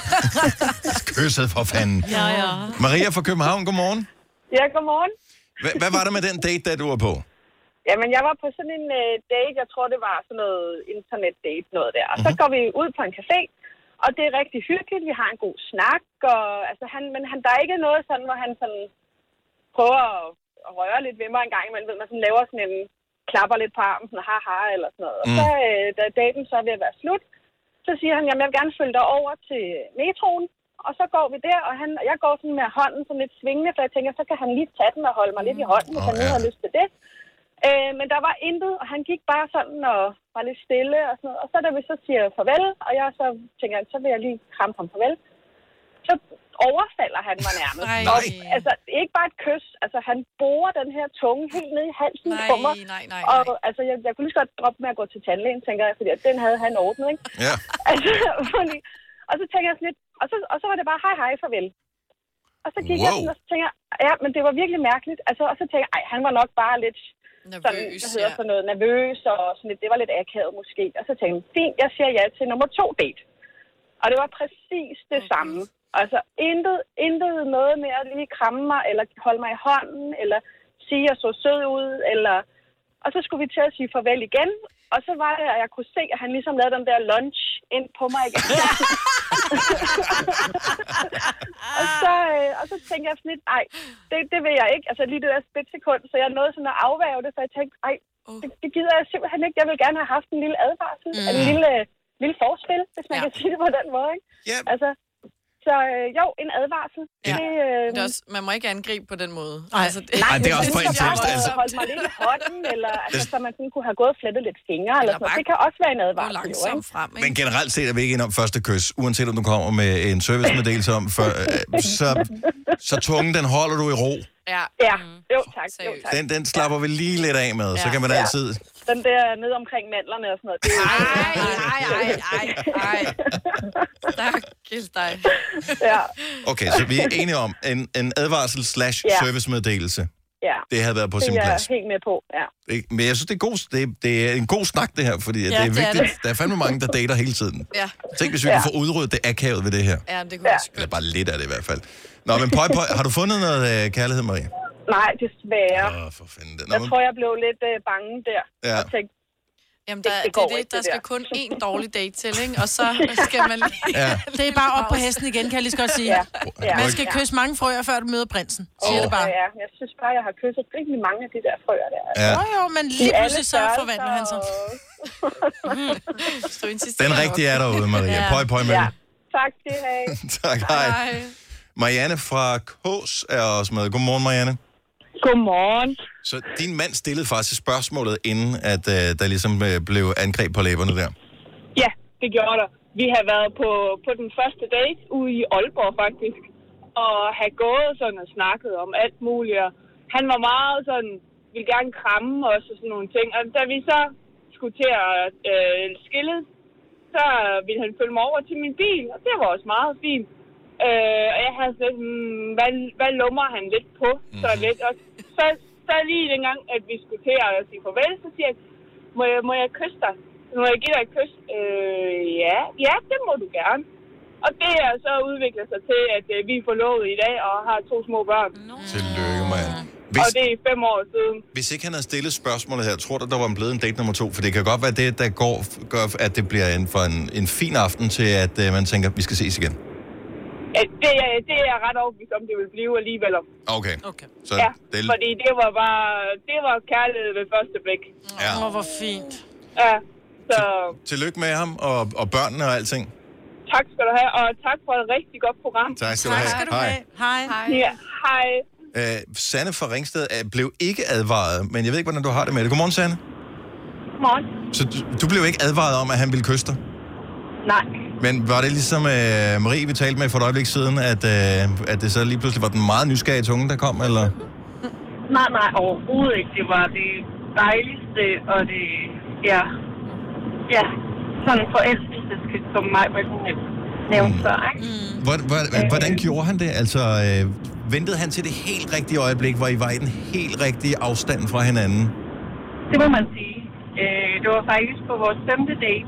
Kysset for fanden. Ja. Maria fra København, godmorgen. Ja, godmorgen. Hvad var det med den date, der du var på? Jamen, jeg var på sådan en date, jeg tror, det var sådan noget internet-date, noget der. Og så går vi ud på en café, og det er rigtig hyggeligt. Vi har en god snak, og altså, der er ikke noget sådan, hvor han sådan prøver at røre lidt ved mig en gang imellem. Man sådan laver sådan en, klapper lidt på armen, sådan haha, eller sådan noget. Og så, da daten så er ved at være slut, så siger han, jamen, jeg vil gerne følge dig over til metroen. Og så går vi der, og jeg går sådan med hånden sådan lidt svingende, for jeg tænker, så kan han lige tage den og holde mig lidt i hånden, hvis han nu har lyst til det. Men der var intet, og han gik bare sådan og var lidt stille og sådan noget. Og så da vi så siger farvel, og jeg så tænker, så vil jeg lige kramme ham farvel, så overfalder han mig nærmest. Og, altså, ikke bare et kys, altså han borer den her tunge helt ned i halsen på mig. Nej. Og altså, jeg kunne lige så godt droppe med at gå til tandlægen, tænker jeg, fordi den havde han ordnet, ikke? Ja. Altså, og så tænker jeg sådan lidt, og så var det bare hej, farvel. Og så gik jeg sådan, og så tænker jeg, ja, men det var virkelig mærkeligt. Altså, og så tænker jeg, han var nok bare lidt nervøs, sådan noget nervøs, og sådan lidt, det var lidt akavet måske. Og så tænkte jeg, fint, jeg siger ja til nummer 2 date. Og det var præcis det samme. Altså, intet noget med at lige kramme mig, eller holde mig i hånden, eller sige, at jeg så sød ud, eller... Og så skulle vi til at sige farvel igen, og så var det, at jeg kunne se, at han ligesom lavede den der lunch ind på mig igen. og så tænkte jeg sådan lidt, nej, det vil jeg ikke. Altså lige det der splitsekund, så jeg nåede sådan at afværge det, så jeg tænkte, nej, det gider jeg simpelthen ikke. Jeg vil gerne have haft en lille advarsel, en lille forspil, hvis man kan sige det på den måde, ikke? Yep. Altså, så jo, en advarsel. Ja. Det er også, man må ikke angribe på den måde. Altså, nej, det er også for intenst. Altså. Holde mig lidt i hånden, eller altså, så man sådan kunne have gået og flettet lidt fingre, eller sådan noget. Det kan også være en advarsel. Langsomt frem, ikke? Men generelt set er vi ikke inde om første kys, uanset om du kommer med en servicemeddelelse om, så tungen, den holder du i ro. Ja. Jo, tak. Den slapper vi lige lidt af med, så kan man altid... Den der ned omkring mandlerne og sådan noget. Ej. Stakkels dig. Ja. Okay, så vi er enige om en advarsel / servicemeddelelse. Ja. Det havde været på sin plads. Det er jeg helt med på, ja. Men jeg synes, det er en god snak, det her, fordi det er vigtigt. Der er fandme mange, der dater hele tiden. Ja. Tænk, hvis vi kunne få udryddet det akavet ved det her. Ja, det kunne jeg Eller bare lidt af det i hvert fald. Nå, men pøj, har du fundet noget kærlighed, Marie? Nej, desværre. For fanden. Jeg tror, jeg blev lidt bange der. Ja. Og tænkte, jamen, der skal kun én dårlig date til, ikke? Og så skal man lige... Ja. Det er bare op på hesten igen, kan jeg lige så godt sige. Ja. Man skal kysse mange frøer, før du møder prinsen. Siger det bare. Ja, jeg synes bare, jeg har kysset rigtig mange af de der frøer der. Ja. Jo, men lige pludselig så forvandler han sig. Den rigtige er derude, Maria. Pøj med. Ja. Tak skal I have. Tak, hej. Marianne fra Kås er også med. Godmorgen, Marianne. Godmorgen. Så din mand stillede faktisk spørgsmålet, inden at der ligesom blev angreb på læberne der? Ja, det gjorde der. Vi har været på den første date ude i Aalborg faktisk, og have gået sådan og snakket om alt muligt. Og han var meget sådan, ville gerne kramme os og sådan nogle ting. Og da vi så skulle til at skille, så ville han følge mig over til min bil, og det var også meget fint. Og jeg havde sådan, hvad lummer han lidt på? Så lidt. Og så lige dengang, at vi skulle til at sige farvel, så siger jeg, må jeg kysse dig? Må jeg give dig et kys? Ja, det må du gerne. Og det er så udviklet sig til, at vi er forlovet i dag og har 2 små børn. Tillykke, Marianne. Og det er 5 år siden. Hvis ikke han havde stillet spørgsmålet her, tror du, der var blevet en date nummer 2? For det kan godt være det, der gør, at det bliver en fin aften til, at man tænker, vi skal ses igen. Det er jeg ret overbevist om, det vil blive alligevel. Okay. Så ja, fordi det var kærlighed ved første blik. Ja. Hvor fint. Ja, så... Tillykke med ham og børnene og alting. Tak skal du have, og tak for et rigtig godt program. Tak skal du have. Hej. Ja, hej. Sanne fra Ringsted blev ikke advaret, men jeg ved ikke, hvordan du har det med det. Godmorgen, Sanne. Godmorgen. Så du blev ikke advaret om, at han ville kysse dig? Nej. Men var det ligesom Marie, vi talte med for et øjeblik siden, at det så lige pludselig var den meget nysgerrige tunge, der kom, eller? Nej, overhovedet ikke. Det var det dejligste, og det, sådan forelskelseskys, som mig nævnte før, ikke? Hvordan gjorde han det? Altså, ventede han til det helt rigtige øjeblik, hvor I var i den helt rigtige afstand fra hinanden? Det må man sige. Det var faktisk på vores 5. date.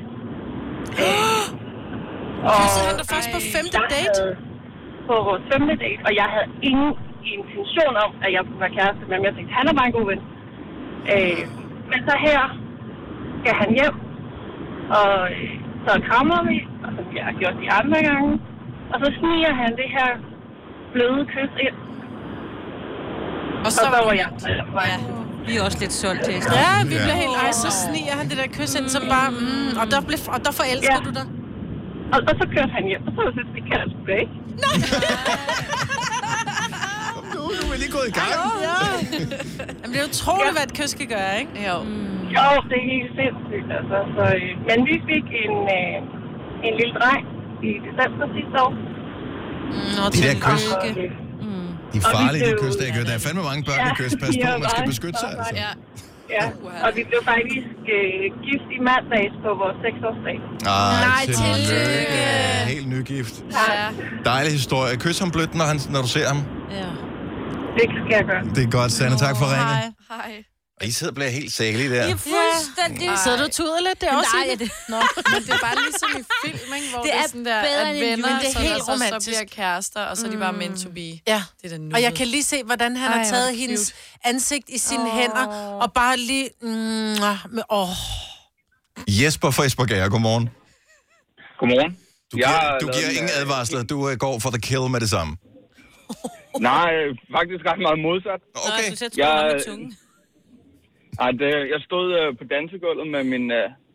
Kyssede han dig først på 5. date? På vores 5. date, og jeg havde ingen intention om, at jeg skulle være kæreste med ham. Jeg tænkte, han er bare en god ven. Men så her skal han hjem, og så krammer vi, og så bliver jeg gjort de andre gange. Og så sniger han det her bløde kys ind. Og så var jeg. Ja, vi er også lidt sundt til. Ja, vi bliver helt så sniger han det der kys ind, som bare... og der forelsker du dig. Og så kørte han hjem, og så var det ikke kæreste tilbage. Nej! Du er lige gået i gang. Ja. Jamen, det er utroligt, hvad et kys kan gøre, ikke? Jo, det er helt sindssygt, altså. Så, men vi fik en lille dreng i december sidste år. De der kys. De er farlige, de kys, der gør. Der er fandme mange børn, der kys. Pas på, man skal beskytte sig, altså. Ja, og vi blev faktisk gift i mandags på vores 6-årsdag. Nej, tillykke. Helt nygift. Ja. Dejlig historie. Kys ham blødt, når du ser ham. Ja. Det skal jeg gøre. Det er godt, Sanne. Tak for ringet. Hej. Og I sidder og bliver helt sælige der. I er fuldstændig... Sidder du og tuder lidt? Det er også Nej, det. Nå, men det er bare ligesom i film, ikke? Hvor det er sådan der, bedre at end venner, men det er helt så romantisk. bliver kærester, og så er de bare meant to be. Ja, det er og jeg kan lige se, hvordan han har taget hendes ansigt i sine hænder, og bare lige... Jesper fra Esbjerg, godmorgen. Godmorgen. Du giver ingen advarsler, du går for the kill med det samme. Nej, faktisk ret meget modsat. Okay. Du sætter med tungen. Jeg stod på dansegulvet med min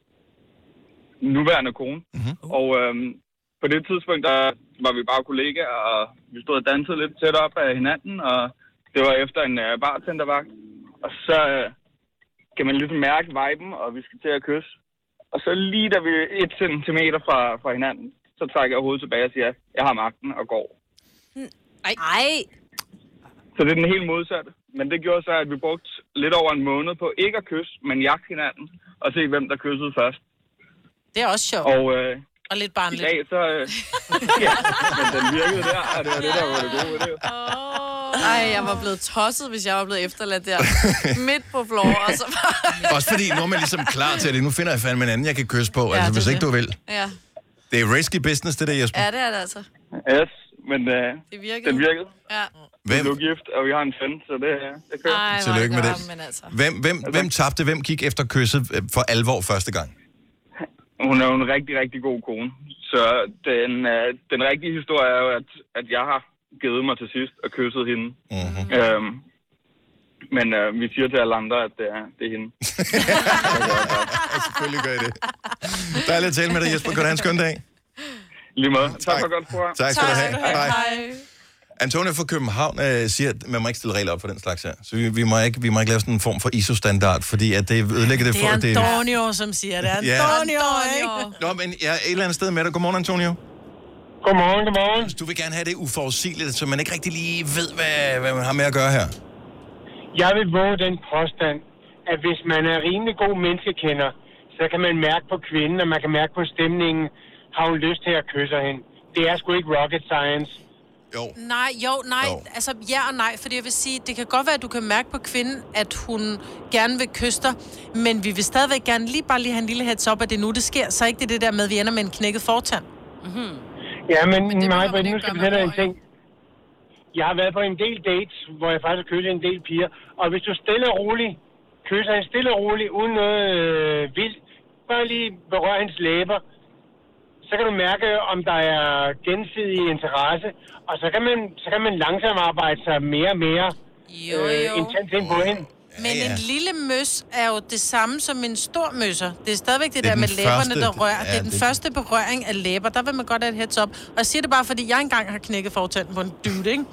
nuværende kone, og på det tidspunkt, der var vi bare kollegaer, og vi stod og dansede lidt tæt op af hinanden, og det var efter en bartendervagt. Og så kan man ligesom mærke viben, og vi skal til at kysse. Og så lige da vi er 1 centimeter fra hinanden, så trækker jeg hovedet tilbage og siger, jeg har magten og går. Ej. Så det er den helt modsatte. Men det gjorde så, at vi brugte lidt over en måned på ikke at kysse, men jagte hinanden og se, hvem der kyssede først. Det er også sjovt. Og lidt barnligt. I dag så... ja, men den virkede der, og det var det, der var det gode ved det. Ej, jeg var blevet tosset, hvis jeg var blevet efterladt der. Midt på floor, og så bare... Også fordi nu er man ligesom klar til det. Nu finder jeg fandme en anden, jeg kan kysse på, altså hvis ikke du vil. Ja. Det er risky business, det der, Jesper. Ja, det er det altså. Yes, men det virkede. Den virkede. Ja. Hvem? Vi blev gift, og vi har en søn, så det kører. Ej, tillykke med det. Altså. Hvem tabte? Hvem gik efter kysset for alvor første gang? Hun er jo en rigtig, rigtig god kone. Så den rigtige historie er jo, at jeg har givet mig til sidst og kysset hende. Mm-hmm. Men vi siger til alle andre, at det er hende. Selvfølgelig gør I det. Dejligt at tale med dig, Jesper. Kan du have en skøn dag? Lige måde. Tak for godt program. Tak skal du have. Hej. Antonio fra København siger, at man må ikke stille regler op for den slags her. Så vi må ikke lave sådan en form for ISO-standard, fordi at det ødelægger det for... Det er Antonio, som siger det. Antonio, ikke? Nå, men jeg er et eller andet sted med dig. Godmorgen, Antonio. Godmorgen. Du vil gerne have det uforudsigeligt, så man ikke rigtig lige ved, hvad man har med at gøre her. Jeg vil våge den påstand, at hvis man er rimelig god menneskekender, så kan man mærke på kvinden, og man kan mærke på stemningen, har hun lyst til at kysse hende. Det er sgu ikke rocket science. Nej. Altså ja og nej, fordi jeg vil sige, det kan godt være, at du kan mærke på kvinden, at hun gerne vil kysse dig, men vi vil stadigvæk gerne bare lige have en lille heads up, at det nu det sker, så ikke det der med, at vi ender med en knækket fortand. Mm-hmm. Ja, men mig, nu skal vi sætte en ting. Jeg har været på en del dates, hvor jeg faktisk har kysset en del piger, og hvis du stille og roligt kysser hende stille og roligt, uden noget vildt, bare lige berører hendes læber, så kan du mærke, om der er gensidig interesse, og så kan man langsomt arbejde sig mere og mere intens ind på hende. Men en lille møs er jo det samme som en stor møsser. Det er stadigvæk det der med læberne, der rører. Det er den første berøring af læber. Der vil man godt have et heads up. Og jeg siger det bare, fordi jeg engang har knækket fortanden på en dude, ikke?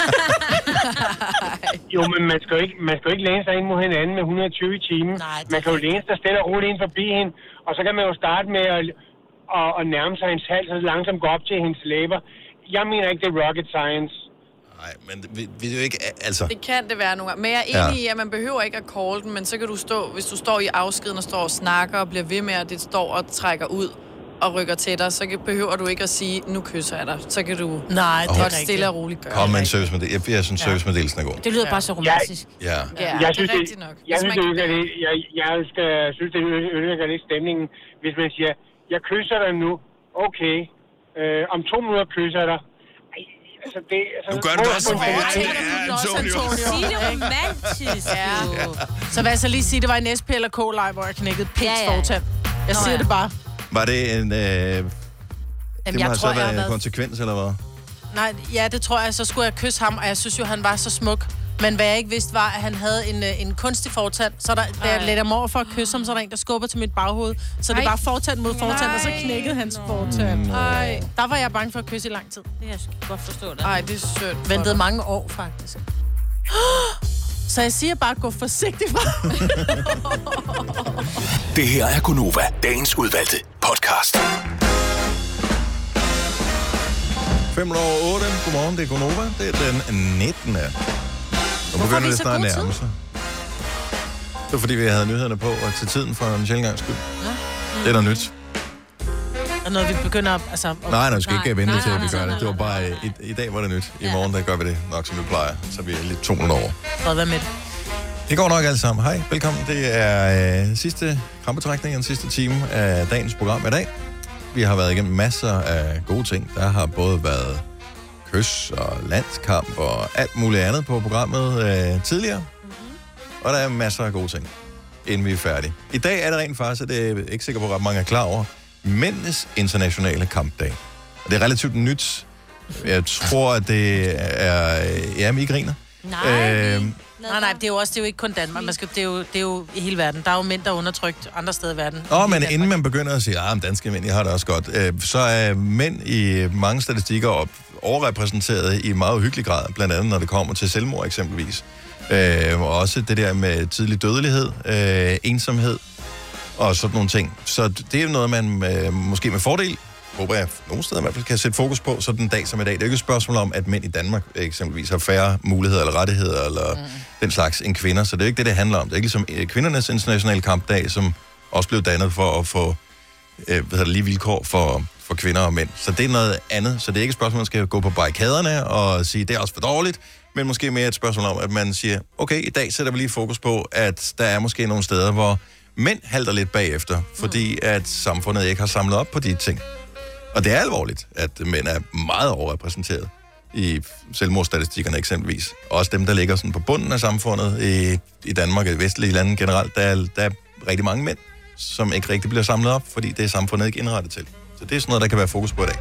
Jo, men man skal jo ikke læne sig ind mod hinanden med 120 i timen. Man kan jo læne sig stille og roligt ind forbi hende, og så kan man jo starte med at nærme sig hendes hals, og langsomt gå op til hendes læber. Jeg mener ikke, det er rocket science. Nej, men vi er jo ikke, altså... Det kan det være nogle gange. Men jeg er enig i, at man behøver ikke at call den, men så kan du stå, hvis du står i afskeden og står og snakker og bliver ved med, at det står og trækker ud og rykker til dig, så behøver du ikke at sige, nu kysser jeg dig. Så kan du godt stille og roligt gøre. Kom med en servicemeddelelse. Jeg synes, servicemeddelelsen er god. Det lyder bare så romantisk. Ja. Jeg synes, det ødelægger lidt stemningen, hvis man siger, jeg kysser dig nu, okay, om 2 minutter kysser jeg dig. Altså, nu gør du også værre, Antonio. Sig det romantisk, Så hvad jeg så lige sige, det var en SP eller K-leg, hvor jeg knækkede piks fortand. Jeg siger det bare. Var det en... det må have så været en konsekvens, eller hvad? Nej, ja, det tror jeg. Så skulle jeg kysse ham, og jeg synes jo, han var så smuk. Men hvad jeg ikke vidste, var, at han havde en kunstig fortand. Så da jeg lette ham over for at kysse ham, så er der en, der skubber til mit baghoved. Så det var fortand mod fortand, og så knækkede hans fortand. Der var jeg bange for at kysse i lang tid. Det kan jeg godt forstå det. Ej, det er sødt. Ventede mange år, faktisk. Så jeg siger bare, gå forsigtigt fra. Det her er Gonova, dagens udvalgte podcast. 5:08. Godmorgen, det er Gonova. Det er den 19. Nu begynder det snart at nærme sig. Det var fordi, vi havde nyhederne på og til tiden for en sjældent gang skyld. Ja. Det er noget nyt. Og noget, vi begynder at... Altså, nej, vi skal ikke vente til, at vi gør det. Det var bare... I dag var det nyt. I morgen, der gør vi det nok, som vi plejer. Så vi er lidt 200 år. Og hvad med det? Det går nok alle sammen. Hej, velkommen. Det er sidste krampetrækning, den sidste time af dagens program i dag. Vi har været igennem masser af gode ting. Der har både været kys og landskamp og alt muligt andet på programmet tidligere. Mm-hmm. Og der er masser af gode ting, inden vi er færdige. I dag er det rent faktisk, det er ikke sikker på, at ret mange er klar over, Mændenes internationale kampdag. Og det er relativt nyt. Jeg tror, at det er... Ja, I griner. Nej, det er jo også, det er jo ikke kun Danmark. Det er jo i hele verden. Der er jo mænd, der er undertrykt andre steder i verden. Men inden man begynder at sige, danske mænd, jeg har det også godt, så er mænd i mange statistikker overrepræsenteret i meget uhyggelig grad, blandt andet når det kommer til selvmord eksempelvis. Og også det der med tidlig dødelighed, ensomhed og sådan nogle ting. Så det er noget, man måske med fordel, håber jeg, nogle steder i hvert fald kan sætte fokus på, sådan en dag som i dag. Det er jo ikke et spørgsmål om, at mænd i Danmark eksempelvis har færre muligheder eller rettigheder eller den slags end kvinder, så det er ikke det handler om. Det er ikke ligesom kvindernes internationale kampdag, som også blev dannet for at få lige vilkår for kvinder og mænd. Så det er noget andet. Så det er ikke et spørgsmål, man skal gå på barrikaderne og sige, det er også for dårligt, men måske mere et spørgsmål om, at man siger, okay, i dag sætter vi lige fokus på, at der er måske nogle steder, hvor mænd halter lidt bagefter, fordi at samfundet ikke har samlet op på de ting. Og det er alvorligt, at mænd er meget overrepræsenteret i selvmordsstatistikkerne eksempelvis. Også dem, der ligger sådan på bunden af samfundet i Danmark og i vestlige lande generelt, der er rigtig mange mænd, som ikke rigtig bliver samlet op, fordi det er samfundet ikke indrettet til. Så det er sådan noget, der kan være fokus på i dag.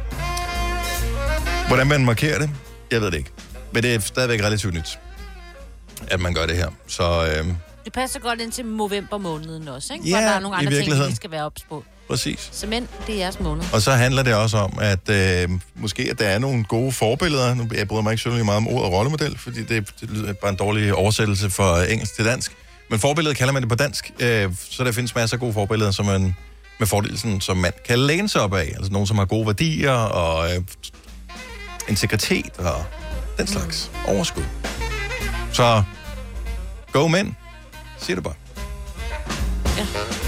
Hvordan man markerer det, jeg ved det ikke. Men det er stadigvæk relativt nyt, at man gør det her. Så, det passer godt ind til november måneden også, ikke? Ja, hvor der er nogle andre ting, vi skal være ops på. Præcis. Så mænd, det er jeres måned. Og så handler det også om, at måske at der er nogle gode forbilleder. Nu, jeg bryder mig ikke så meget om ordet rollemodel, fordi det lyder bare en dårlig oversættelse fra engelsk til dansk. Men forbilleder kalder man det på dansk, så der findes masser af gode forbilleder, som man med fordel, sådan, som man kan læne sig op af. Altså nogen, som har gode værdier og integritet og den slags overskud. Så go mænd, siger det bare. Ja.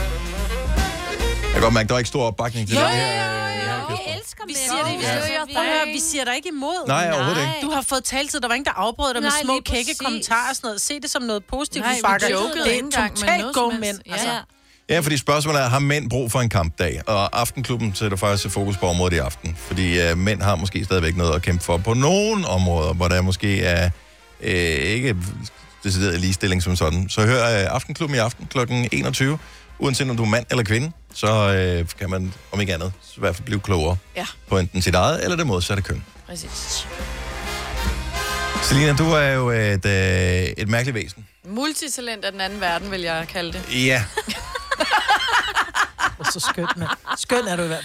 Jeg kan godt mærke, der er ikke stor opbakning til det her. Vi elsker mænd. Vi siger dig ikke imod. Nej, overhovedet ikke. Du har fået taletid, der var ingen, der afbrød dig med små kække kommentarer og sådan noget. Se det som noget positivt. Nej, vi jokede ikke engang med noget go mænd. Ja, fordi spørgsmålet er, har mænd brug for en kampdag? Og Aftenklubben sætter faktisk fokus på området i aften. Fordi mænd har måske stadigvæk noget at kæmpe for på nogle områder, hvor der måske er ikke decideret ligestilling som sådan. Så hør Aftenklubben i aften kl. 21. uanset om du er mand eller kvinde, så kan man, om ikke andet, i hvert fald blive klogere på enten sit eget eller det modsatte køn. Præcis. Selina, du er jo et mærkeligt væsen. Multitalent af den anden verden, vil jeg kalde det. Ja. Så skønt, mand. Skønt er du i hvert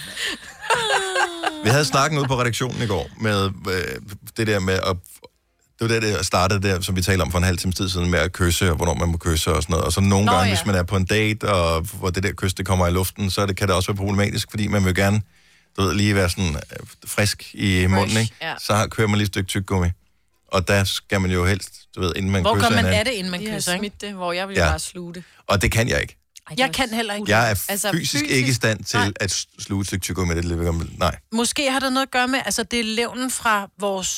fald. Vi havde snakket ude på redaktionen i går med det der med at... Det var det startede der, som vi talte om for en halv times tid siden, med at kysse, og hvornår man må kysse og sådan noget. Og så nogle gange, hvis man er på en date, og hvor det der kys, det kommer i luften, så kan det også være problematisk, fordi man vil gerne, lige være sådan frisk i munden, ikke? Ja. Så kører man lige et stykke tyggegummi. Og der skal man jo helst, inden man hvor kysser gør man hinanden. af det, inden man kysser, ikke? Smidt det, hvor jeg vil bare sluge det. Og det kan jeg ikke. Jeg kan heller ikke. Jeg er fysisk ikke i stand til at sluge et stykke tyggegummi med det. Nej. Måske har det noget at gøre med, altså det er levnen fra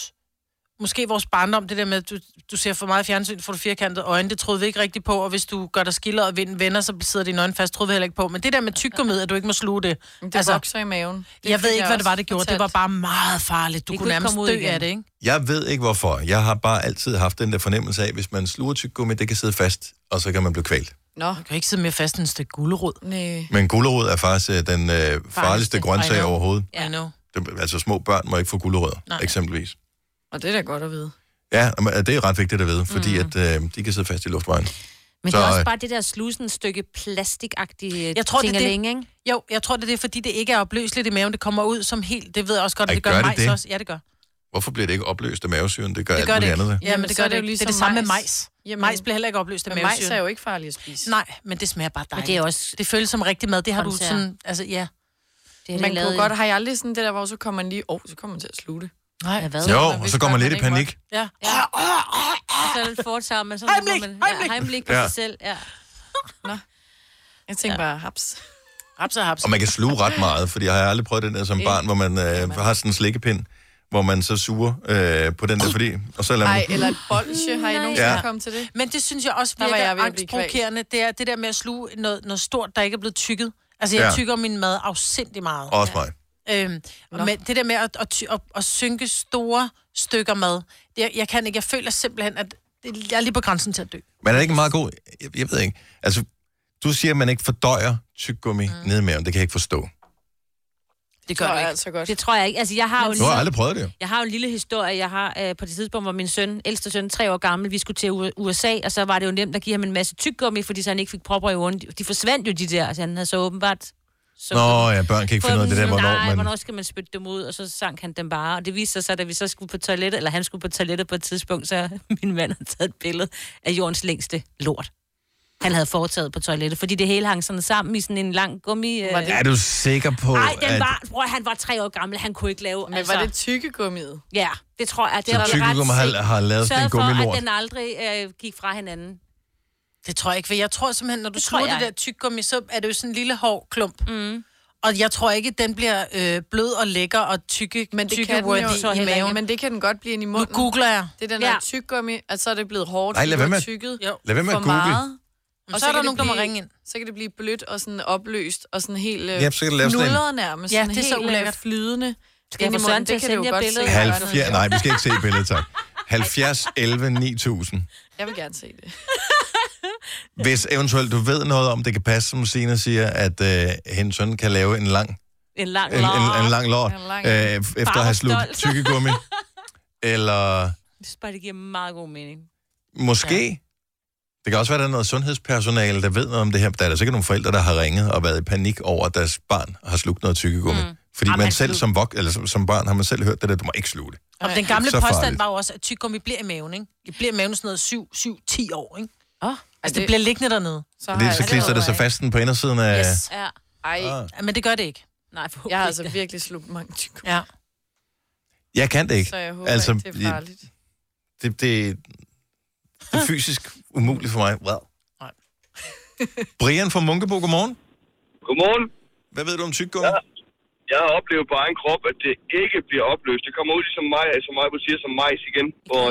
vores barndom, det der med, at du ser for meget fjernsyn, får du firkantede øjne, det troede vi ikke rigtigt på, og hvis du gør dig skiller og venner, så sidder dine øjne fast, troede vi heller ikke på. Men det der med tyggegummi, at du ikke må sluge det. Det vokser i maven. Jeg ved ikke, hvad det var, det gjorde. Det var bare meget farligt. Du kunne nærmest dø af det, ikke? Jeg ved ikke, hvorfor. Jeg har bare altid haft den der fornemmelse af, hvis man sluger tyggegummi, det kan sidde fast, og så kan man blive kvalt. Man kan ikke sidde mere fast end et stykke gulerod. Nej. Men gulerod er faktisk den farligste grøntsag overhovedet. I know. Altså små børn må ikke få gulerødder, eksempelvis. Og det er da godt at vide. Ja, det er ret vigtigt at vide, fordi at, de kan sidde fast i luftvejen. Men det er også bare det der slusen stykke plastikagtige tingeling, ikke? Jo, jeg tror, det er fordi, det ikke er opløseligt i maven. Det kommer ud som helt, det ved jeg også godt, det gør gør majs det? også. Ja, det gør. Hvorfor bliver det ikke opløst af mavesyren? Det gør det alt gør muligt det andet. Ja, men det gør det jo ligesom det er det samme med majs. Jamen, majs bliver heller ikke opløst af men mavesyren. majs er jo ikke farligt at spise. Nej, men det smager bare dejligt. Men det er også... Det føles som rigtig mad. Det har du sådan, altså ja. Det man kunne godt, har jeg aldrig sådan det der, hvor så kommer man lige, så kommer man til at sluge det. Nej, hvad? Jo, og så går man lidt i panik. Ja. Så er det foretager man sådan heimlik på sig selv. Ja. Nå. Jeg tænker bare, haps. Haps. Og man kan sluge ret meget, fordi jeg har aldrig prøvet den der som barn, hvor man har sådan en slikkepind, hvor man så suger på den der, fordi... Og så lader man... eller et bolsje, har I nogensinde kommet til det? Men det synes jeg også virker angstprovokerende. Det er det der med at sluge noget stort, der ikke er blevet tykket. Altså, jeg tykker min mad afsindig meget. Også mig. Men det der med at synke store stykker mad, jeg kan ikke. Jeg føler simpelthen, at jeg er lige på grænsen til at dø. Men er det ikke meget god? Jeg ved ikke. Altså, du siger, at man ikke fordøjer tyggegummi ned i maven. Det kan jeg ikke forstå. Det gør jeg altså godt. Det tror jeg ikke. Altså, jeg har jo du har aldrig prøvet det jo. Jeg har jo en lille historie. Jeg har på det tidspunkt, hvor min ældste søn, 3 år gammel, vi skulle til USA, og så var det jo nemt at give ham en masse tyggegummi, fordi så han ikke fik propper i ørerne. De forsvandt jo, de der. Altså, han havde så åbenbart... børn kan ikke finde ud af det der, hvornår skal man spytte dem ud, og så sank han dem bare. Og det viste sig, da vi så skulle på toilettet, eller han skulle på toilettet på et tidspunkt, så min mand havde taget et billede af jordens længste lort. Han havde foretaget på toilettet, fordi det hele hang sådan sammen i sådan en lang gummi... Er du sikker på, han var 3 år gammel, han kunne ikke lave... Men var det tyggegummiet? Ja, det tror jeg. Det så tyggegummi har lavet sådan en gummilort? For, at den aldrig gik fra hinanden. Det tror jeg ikke, for jeg tror simpelthen, når du sluger det der tyggegummi, så er det jo sådan en lille hård klump. Mm. Og jeg tror ikke, den bliver blød og lækker og tykke i maven. Men det kan den godt blive ind i munden. Nu googler jeg. Det er den der tyggegummi, at så er det blevet hårdt. Nej, lad være med at google. Og så er der nogen, der må ringe ind. Så kan det blive blødt og sådan opløst og sådan helt knudret nærmest. Ja, det er så ulækkert. Flydende. Skal jeg få Søren til at sende jer billedet? Nej, vi skal ikke se billedet, tak. 70 11 9000. Jeg vil gerne se det. Hvis eventuelt du ved noget om, det kan passe, som Signe siger, at hendes søn kan lave en lang lort, efter at have slugt tyggegummi. Eller... Jeg synes bare, det giver meget god mening. Måske. Ja. Det kan også være, at der er noget sundhedspersonale, der ved noget om det her. Der er der sikkert nogle forældre, der har ringet og været i panik over, at deres barn har slugt noget tyggegummi. Fordi man selv som barn har man selv hørt det der, du må ikke sluge det. Og den gamle påstand var jo også, at tyggegummi bliver i maven, ikke? Det bliver i maven sådan noget 7-10 år, ikke? Altså, det bliver liggende dernede. Så klistrer det sig fasten på indersiden af... Yes. Ja. Men det gør det ikke. Nej, jeg har altså virkelig slugt mange tyggegummi. Ja. Jeg kan det ikke. Så jeg håber ikke, det er farligt. Det er fysisk umuligt for mig. Wow. Brian fra Munkebo, godmorgen. Godmorgen. Hvad ved du om tyggegummi? Jeg har oplevet på egen krop, at det ikke bliver opløst. Det kommer ud ligesom mig, som mig siger, som majs igen, hvor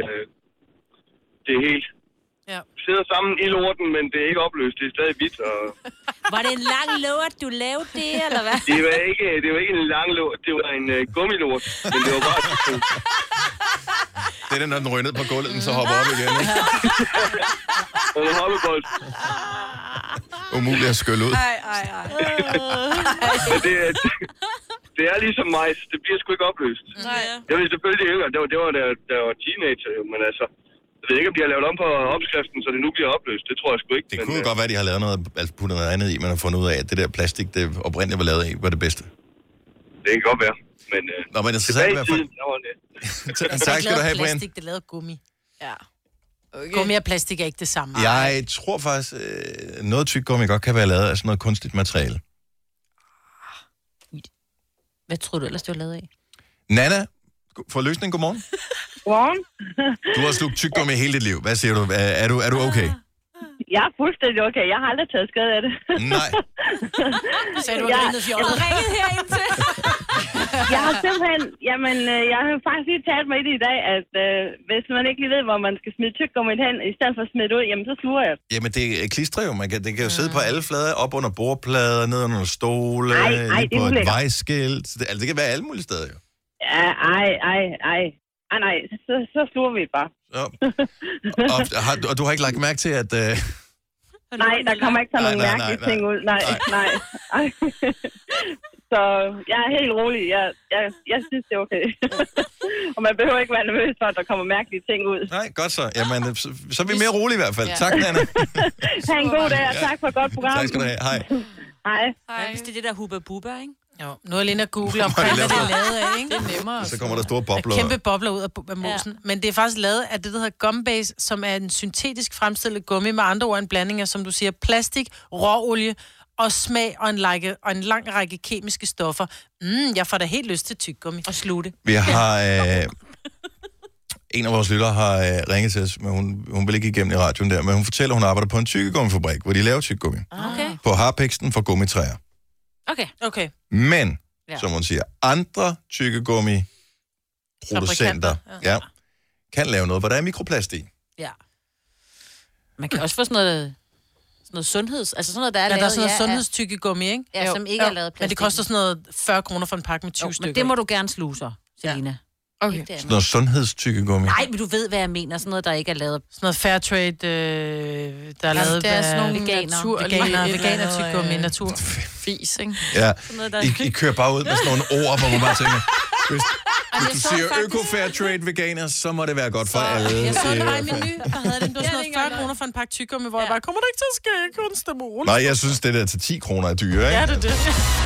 det er helt... Ja. Sidder sammen i lorten, men det er ikke opløst. Det er stadig hvidt. Og... Var det en lang lort, du lavede det, eller hvad? Det var ikke en lang lort. Det var en gummilort. Men det var bare... Det er den, når den ryger ned på gulvet, så hopper op igen. Ikke? Og den hoppebold. umuligt at skylle ud. Det er ligesom majs. Det bliver sgu ikke opløst. Nej. Jeg ved selvfølgelig ikke, det var da jeg var teenager, jo, men altså... Jeg ved ikke, om de har lavet om på opskriften, så det nu bliver opløst. Det tror jeg sgu ikke. Det kunne godt være, at de har lavet noget, altså puttet noget andet i, men har fundet ud af, at det der plastik, det oprindeligt var lavet i, var det bedste. Det kan godt være, men... Nå, men det skal i hvert fald... Tak skal du have, Brian. Plastik, det er lavet gummi. Ja. Okay. Gummi og plastik er ikke det samme. Jeg tror faktisk, noget tyggegummi godt kan være lavet af sådan noget kunstigt materiale. Hvad tror du ellers, det var lavet af? Nana, for løsning, godmorgen. Godmorgen. Du har slugt tyggegummi hele dit liv. Hvad siger du? Er du okay? Jeg er fuldstændig okay. Jeg har aldrig taget skade af det. Nej. Sagde du, at du fjollet? Jeg ringede herind til. Jeg har simpelthen... Jamen, jeg har faktisk lige talt med det i dag, at hvis man ikke lige ved, hvor man skal smide tyggegummi hen, i stedet for at smide det ud, jamen så sluger jeg. Jamen, det er klister jo. Det kan jo sidde på alle flader, op under bordplader, ned under stole, på et vejskilt. Altså, det kan være alle mulige steder jo. Ja, nej, så sluger vi bare. Og du har ikke lagt mærke til, at... Nej, der kommer ikke sådan nogle mærkelige ting ud. Nej. Så jeg er helt rolig. Jeg synes, det er okay. Og man behøver ikke være nervøs for, at der kommer mærkelige ting ud. Nej, godt så. Jamen, så er vi mere rolige i hvert fald. Ja. Tak, Nana. Ha' en god dag, og tak for et godt program. Tak skal du have. Hej. Hej. Hvis det er det der Hubba Bubba, ikke? Jo, nu er jeg lige at google omkring, hvad det er lavet af, ikke? Det er nemmere. Så kommer der store bobler. Kæmpe bobler ud af mosen. Ja. Men det er faktisk lavet af det, der hedder gumbase, som er en syntetisk fremstillet gummi, med andre ord en blanding af, som du siger, plastik, råolie og smag og en lang række kemiske stoffer. Jeg får da helt lyst til tyggegummi og slutte. Vi har... En af vores lyttere har ringet til os, men hun vil ikke igennem i radioen der, men hun fortæller, at hun arbejder på en tyggegummifabrik, hvor de laver tyggegummi. Okay. På harpiksten for gummitræer. Okay. Men, som hun siger, andre tyggegummi-producenter kan lave noget, hvor der er mikroplast i. Ja. Man kan også få sådan noget sundheds... Altså sådan noget, der er lavet... der er sådan noget sundhedstyggegummi, ikke? Ja, som ikke er lavet plastik. Men det koster sådan noget 40 kroner for en pakke med 20 stykker. Men det må du gerne sluge så, Selina. Okay. Sådan noget sundhedstyggegummi. Nej, men du ved, hvad jeg mener. Sådan noget, der ikke er lavet... Sådan noget fairtrade, der er lavet... Det er sådan nogle veganer-tyggegummi natur. Fis, ikke? Ja, I kører bare ud med sådan nogle ord, hvor man bare tænker... Hvis du siger øko-fairtrade veganer, så må det være godt for alle. Jeg så det bare i menu, der havde det. Det var sådan noget 40 kroner for en pakke tyggegummi, hvor jeg bare, kommer det ikke til at ske kunstig morgen? Nej, jeg synes, det der til 10 kroner er dyre, ikke? Ja, det er det.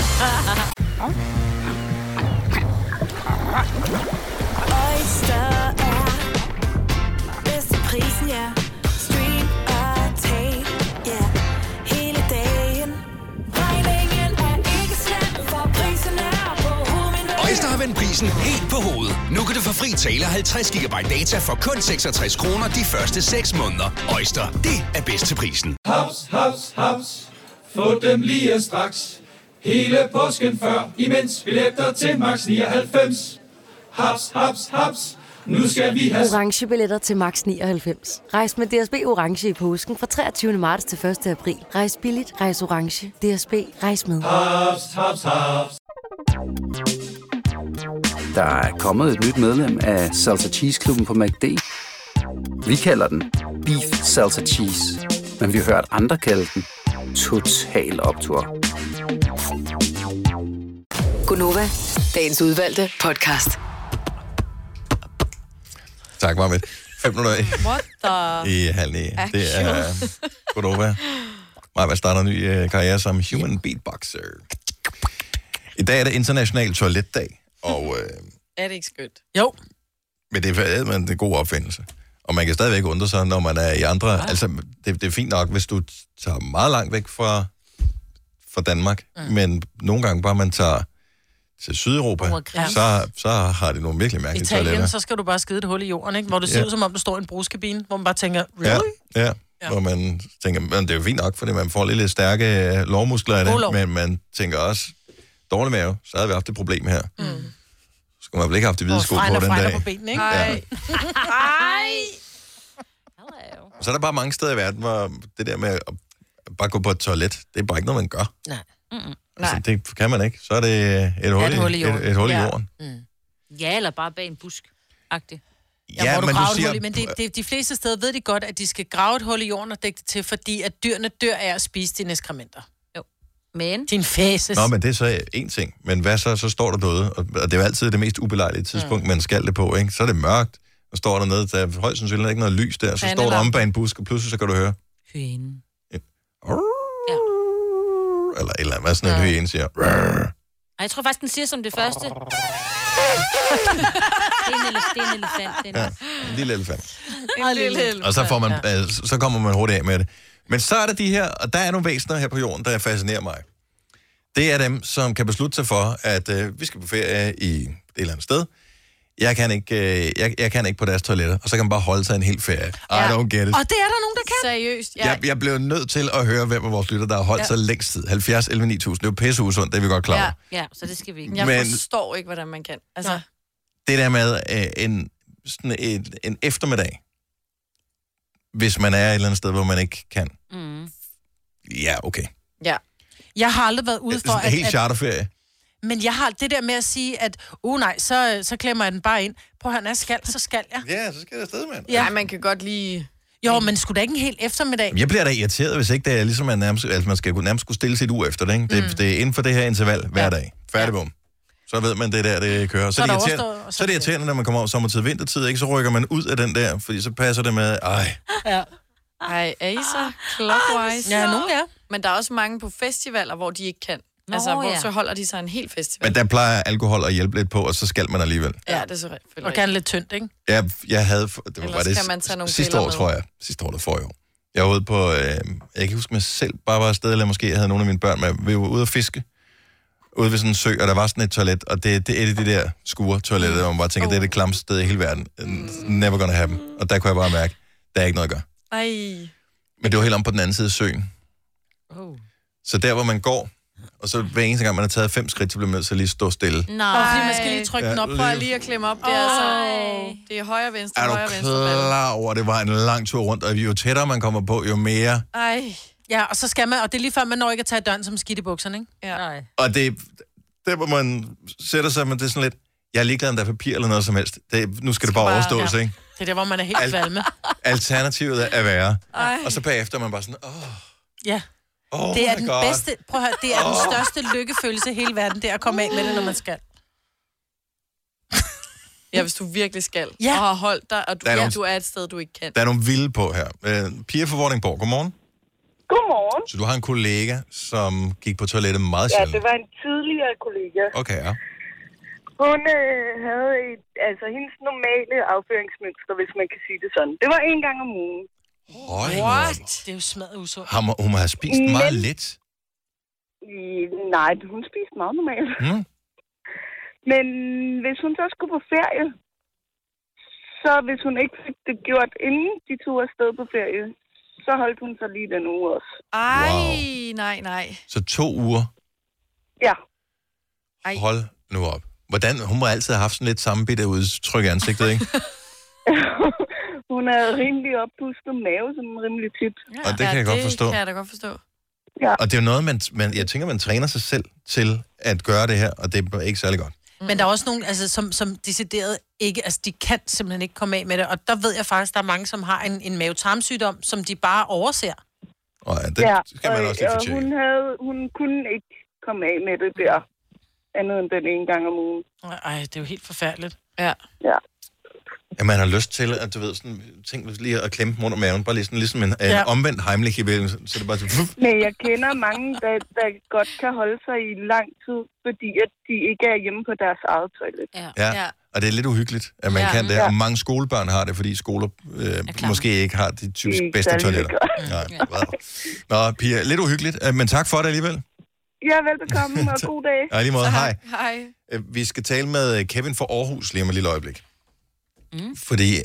Oyster er bedst til prisen, ja. Stream og tag, ja. Hele dagen. Regningen er ikke slem, for prisen er på hovedet. Oyster har vendt prisen helt på hovedet. Nu kan du få fri tale 50 GB data for kun 66 kroner de første 6 måneder. Oyster, det er bedst til prisen. Haps, haps, haps. Få dem lige straks. Hele påsken før, imens billetter til max 99. Haps, haps, haps. Nu skal vi have... Orange billetter til max 99. Rejs med DSB Orange i påsken fra 23. marts til 1. april. Rejs billigt, rejs orange. DSB, rejs med. Haps, haps, haps. Der er kommet et nyt medlem af Salsa Cheese Klubben på McD. Vi kalder den Beef Salsa Cheese, men vi har hørt andre kalde den Total Optur. Gunova, dagens udvalgte podcast. Tak, Marvind. 5 minutter i halv 9. Det er Godova. Marvind starter en ny karriere som human beatboxer. I dag er det international toiletdag, og... Er det ikke skønt? Jo. Men det er en god opfindelse. Og man kan stadigvæk undre sig, når man er i andre... Altså, det er fint nok, hvis du tager meget langt væk fra Danmark, men nogle gange bare man tager til Sydeuropa, så har det nogle virkelig mærkelige toiletter. Italien, så skal du bare skide et hul i jorden, ikke? Hvor det ser ud, som om du står i en brugskabine, hvor man bare tænker, really? Ja. Hvor man tænker, men det er jo fint nok, fordi man får lidt stærke lårmuskler af det, men man tænker også, dårlig mave, så havde vi haft et problem her. Så skulle man vel ikke have haft det hvide sko på den dag. På benene, ikke? Ja. Så er der bare mange steder i verden, hvor det der med at bare gå på et toilet, det er bare ikke noget, man gør. Nej. Altså, det kan man ikke. Så er det et hul i jorden. Ja, eller bare bag en busk-agtigt. Ja, men du siger... Men de fleste steder ved de godt, at de skal grave et hul i jorden og dække det til, fordi at dyrene dør af at spise dine ekskrementer. Jo. Men... Din fæses. Nå, men det er så en ting. Men hvad så står der noget, og det er jo altid det mest ubelejlige tidspunkt, man skal det på, ikke? Så er det mørkt, og står der noget, der er højst sandsynligt ikke noget lys der, så står der om bag en busk, og pludselig så kan du høre... Hyæne. Ja. Eller et eller andet, hvad sådan en hyæne siger. Jeg tror faktisk, den siger som det første. Det er en elefant. Ja, en lille elefant. En lille elefant. Og så, får man, så kommer man hurtigt af med det. Men så er der de her, og der er nogle væsener her på jorden, der fascinerer mig. Det er dem, som kan beslutte sig for, at vi skal på ferie i et eller andet sted. Jeg kan ikke på deres toiletter, og så kan man bare holde sig en hel ferie. I don't get it. Og det er der nogen, der kan. Seriøst, ja. Jeg blev nødt til at høre, hvem af vores lytter, der har holdt sig længst tid. 70, 11, 9000. Det er jo pisseusundt, det er vi godt klar over. Ja, så det skal vi ikke. Jeg forstår ikke, hvordan man kan. Altså... Det der med en eftermiddag, hvis man er et eller andet sted, hvor man ikke kan. Ja, okay. Ja. Jeg har aldrig været ude for... Helt charterferie. Men jeg har det der med at sige, at nej, så klemmer jeg den bare ind. På han er skal, så skal jeg. Ja, så skal jeg afsted, mand. Ja, man kan godt lige... Jo, men skulle da ikke en hel eftermiddag? Jeg bliver da irriteret, hvis ikke det er ligesom, man skal nærmest skulle stille sit uge efter det, ikke? Det er inden for det her interval hver dag. Færdig bum. Så ved man, det der, det kører. Så er det irriterende, når man kommer over sommertid og vintertid, ikke? Så rykker man ud af den der, fordi så passer det med, Ej, er I så clockwise? Ja, nogen er. Men der er også mange på festivaler, hvor de ikke kan. Hvor så holder de sig en hel festival. Men der plejer alkohol at hjælpe lidt på, og så skal man alligevel. Ja, det er så rigtigt. Og gerne lidt tyndt, ikke? Jeg havde... Ellers kan man tage nogle sidste år, tror jeg. Sidste år, der forrige år. Jeg var ude på... jeg kan ikke huske mig selv bare var afsted, eller måske jeg havde nogle af mine børn med. Vi var ude at fiske. Ude ved sådan en sø, og der var sådan et toilet, og det er et af de der skure-toiletter, hvor man bare tænker, det er det klamste sted i hele verden. Never gonna happen. Og der kunne jeg bare mærke, der er ikke noget at gøre. Ej. Men det var helt om på den anden side af søen. Så der, hvor man går, og så hver eneste gang, man har taget 5 skridt, så bliver man nødt til at lige stå stille. Nej. Fordi man skal lige trykke den op. Prøv lige at klemme op. Det er altså... Det er højre, venstre, højre, venstre. Er du klar over, det var en lang tur rundt, og jo tættere man kommer på, jo mere... Ej. Ja, og så skal man... Og det er lige før, man når ikke at tage døren som skidt i bukserne, ikke? Ja. Nej. Og det der, hvor man sætter sig, men det er sådan lidt... Jeg er ligeglad, om der er papir eller noget som helst. Nu skal det bare overstås, ikke? Det er der, hvor man er helt kvalme. Alternativet er værre. Og så bagefter er man bare sådan... Ja. Det er den bedste... Prøv at høre, det er den største lykkefølelse i hele verden, det er at komme af med det, når man skal. Ja, hvis du virkelig skal. Ja. Og har holdt dig, og du er et sted, du ikke kan. Der er nogle vilde på her. Pia fra Vordingborg, godmorgen. Godmorgen. Så du har en kollega, som gik på toilettet meget sjældent. Ja, det var en tidligere kollega. Okay, ja. Hun havde hendes normale afføringsmønster, hvis man kan sige det sådan. Det var 1 gang om ugen. What? Det er jo smadret usundt. Hun må have spist meget lidt. Nej, hun spiste meget normalt. Men hvis hun så skulle på ferie, så hvis hun ikke fik det gjort, inden de tog afsted på ferie, så holdt hun sig lige den uge også. Ej, nej. Så 2 uger? Ja. Ej. Hold nu op. Hvordan? Hun må altid have haft sådan lidt sammenbitte udtryk i ansigtet, ikke? Hun er rimelig oppustet mave, som rimelig tit. Ja, og det kan jeg godt forstå. Det kan jeg da godt forstå. Ja. Og det er jo noget, jeg tænker, man træner sig selv til at gøre det her, og det er ikke særlig godt. Men der er også nogen, som decideret ikke, de kan simpelthen ikke komme af med det. Og der ved jeg faktisk, der er mange, som har en mavetarmsygdom, som de bare overser. Og det skal man også lige fortjekke. Hun kunne ikke komme af med det der, andet end den 1 gang om ugen. Ej, det er jo helt forfærdeligt. Ja. Ja, man har lyst til, at du ved, sådan ting lige at klemme dem under maven, bare ligesom en omvendt Heimlich i så det er bare så... Men jeg kender mange, der godt kan holde sig i lang tid, fordi at de ikke er hjemme på deres eget toilet. Ja, og det er lidt uhyggeligt, at man kan det, og mange skolebørn har det, fordi skoler måske ikke har de typisk bedste toiletter. Nå, Pia, lidt uhyggeligt, men tak for det alligevel. Ja, velbekomme, og god dag. Ja, lige måde, hej. Hej. Vi skal tale med Kevin fra Aarhus lige om et lille øjeblik. Fordi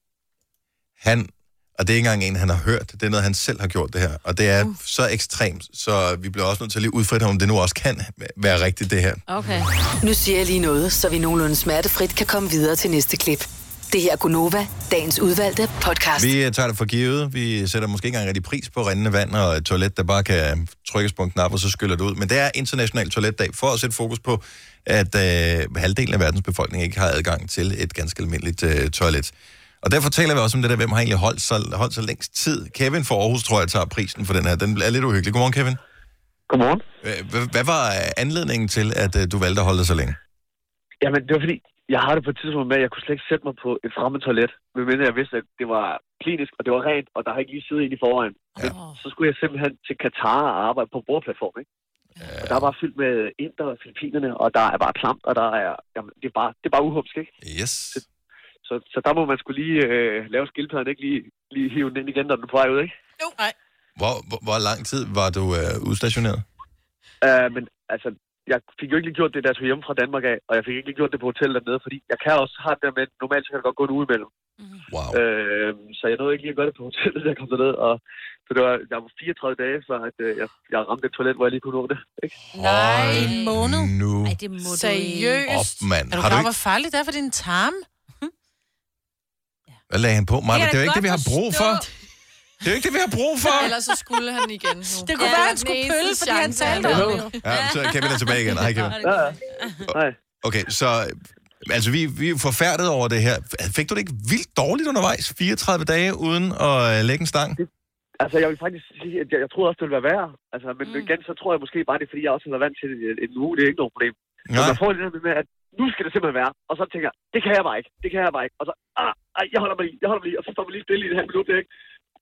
han, og det er ikke engang en, han har hørt, det er noget, han selv har gjort det her. Og det er så ekstremt, så vi bliver også nødt til at lige udfritte, om det nu også kan være rigtigt, det her. Okay. Nu siger jeg lige noget, så vi nogenlunde smertefrit kan komme videre til næste klip. Det her er Gunova, dagens udvalgte podcast. Vi tager det for givet. Vi sætter måske ikke engang rigtig pris på rindende vand og et toilet, der bare kan trykkes på en knap, og så skyller det ud. Men det er international toiletdag for at sætte fokus på, at halvdelen af verdens befolkning ikke har adgang til et ganske almindeligt toilet. Og derfor taler vi også om det der, hvem har egentlig holdt så længst tid. Kevin fra Aarhus, tror jeg, tager prisen for den her. Den er lidt uhyggelig. Godmorgen, Kevin. Godmorgen. Hvad var anledningen til, at du valgte at holde dig så længe? Jamen, det var fordi, jeg har det på et tidspunkt med, at jeg kunne slet ikke sætte mig på et fremmed toilet, medmindre jeg vidste, at det var klinisk, og det var rent, og der har ikke lige siddet ind i forvejen. Ja. Så skulle jeg simpelthen til Katar og arbejde på bordplatform, ikke? Og der er bare fyldt med inder og Filippinerne, og der er bare klamt, og der er, jamen, det er bare uhumsk, ikke? Yes. Så der må man skulle lige lave skildpadden, ikke? Lige hive den ind igen, når den er på vej ud, ikke? Jo, nej. Hvor lang tid var du udstationeret? Men altså, jeg fik jo ikke lige gjort det, da jeg tog hjemme fra Danmark af, og jeg fik ikke lige gjort det på hotel dernede, fordi jeg kan også have det der med, normalt så kan det godt gå en uge imellem. Wow. Så jeg nåede ikke lige at gøre det på hotellet, da jeg kom derned, og så det var 34 dage, før at, jeg ramte et toilet, hvor jeg lige kunne nå det. Ikke? Nej, en måned? Nu. Ej, det må seriøst? Mand. Er du klar, hvor farligt det er for din tarm? Hvad lagde han på? Maja, det er jo ikke det, vi har brug for. Det er jo ikke det, vi har brug for. Ellers så skulle han igen nu. Det kunne være, han skulle pølle, fordi han talte om det. Ja, så Kevin er tilbage igen. Hej, Kevin. Okay, så altså, vi er forfærdet over det her. Fik du det ikke vildt dårligt undervejs? 34 dage uden at lægge en stang? Altså, jeg vil faktisk sige, at jeg troede også, det ville være værre. Altså, men igen, så tror jeg måske bare, det er, fordi jeg også har været vant til en uge. Det er ikke noget problem. Men man får det der med, at nu skal det simpelthen være. Og så tænker jeg, det kan jeg bare ikke. Det kan jeg bare ikke. Og så, jeg holder mig lige. Og så står man lige stille i et halvt minut, ikke?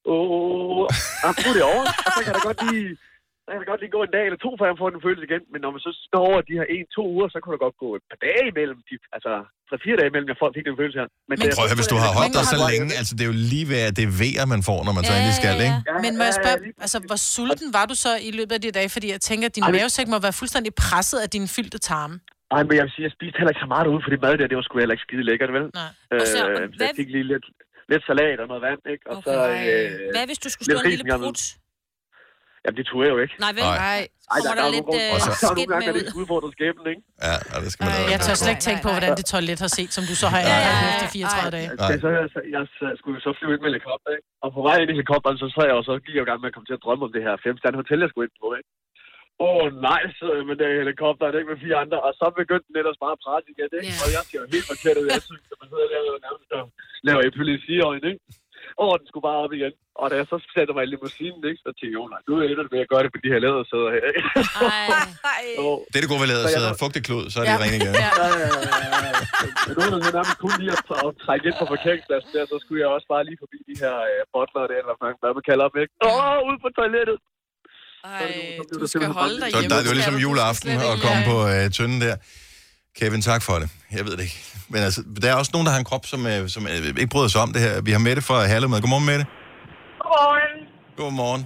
Nu er det over. Og så kan der godt lige gå en dag eller to, før jeg får den følelse igen. Men når man så står over de her 1-2 uger, så kunne der godt gå et par dage imellem. Altså 3-4 dage imellem, jeg fik den følelse her. Men prøv at høre, hvis du har holdt dig så længe, altså det er jo lige ved, at det vejer, man får, når man så endelig skal, ikke? Men må jeg spørge, altså hvor sulten var du så i løbet af de dage? Fordi jeg tænker, at din mavesæk må være fuldstændig presset af dine fyldte tarme. Nej, men jeg vil sige, jeg spiste heller ikke så meget derude, for det mad der, det var sgu heller ikke skide lækkert, vel? Nej. Så jeg fik lige lidt salat og noget vand, ikke? Og så, hvad hvis du skulle slå en lille brud? Jamen, det turde jeg jo ikke. Nej, vel? Nej. Der er lidt skidt med ud. Udfordret skæbnen, ikke? Ja, det skal man da. Jeg tør slet ikke tænke på, hvordan det toilet har set, som du så har efter 34 dage. Jeg skulle så flyve ind med helikopter, ikke? Og på vej ind i helikopteren, så sad jeg og så gik jeg jo i gang med at komme til at drømme om det her 5-stjerne hotel, jeg skulle ind på, ikke? Nej, så sidder jeg med det helikopteren, ikke? Med 4 andre, og så begyndte den ellers bare at presse igen, ikke? Og jeg ser jo helt forkert ud. Jeg synes, at man sidder og laver epilepsiøjne, ikke? Den skulle bare op igen. Og da jeg så sætter mig i limousinen, ikke, så tænkte jeg, nej, nu ender det med at gøre det på de her lædersæder her, ikke? Det er det gode ved lædersæder. Fugteklud, så er det rent igen. Nu er det nærmest kun lige at trække ind på parkeringspladsen der, så skulle jeg også bare lige forbi de her bottler der, eller hvad man kalder dem, ikke? Ud på toilettet! Du skal holde dig hjemme. Det var ligesom juleaften at komme på tynden der. Kevin, tak for det. Jeg ved det ikke. Men altså, der er også nogen, der har en krop, som ikke bryder sig om det her. Vi har Mette fra Herlev med. Godmorgen, Mette. Godmorgen. Godmorgen.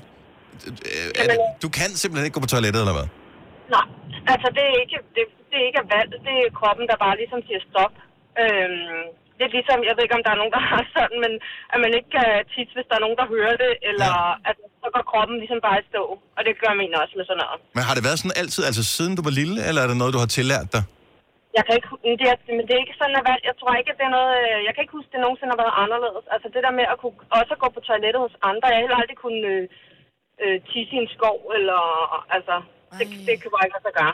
Du kan simpelthen ikke gå på toilettet, eller hvad? Nej, altså det er ikke valgt. Det er kroppen, der bare ligesom siger stop. Det er ligesom, jeg ved ikke, om der er nogen, der har sådan, men at man ikke kan tisse, hvis der er nogen, der hører det, eller at så går kroppen ligesom bare i stå. Og det gør min også med sådan noget. Men har det været sådan altid, altså siden du var lille, eller er det noget, du har tillært dig? Jeg kan ikke, men det er ikke sådan, at jeg tror ikke, at det er noget, jeg kan ikke huske, at det nogensinde har været anderledes. Altså det der med at kunne også gå på toilettet hos andre, jeg har heller aldrig kunnet tisse i en skov, eller altså, det kan bare ikke lade sig gøre.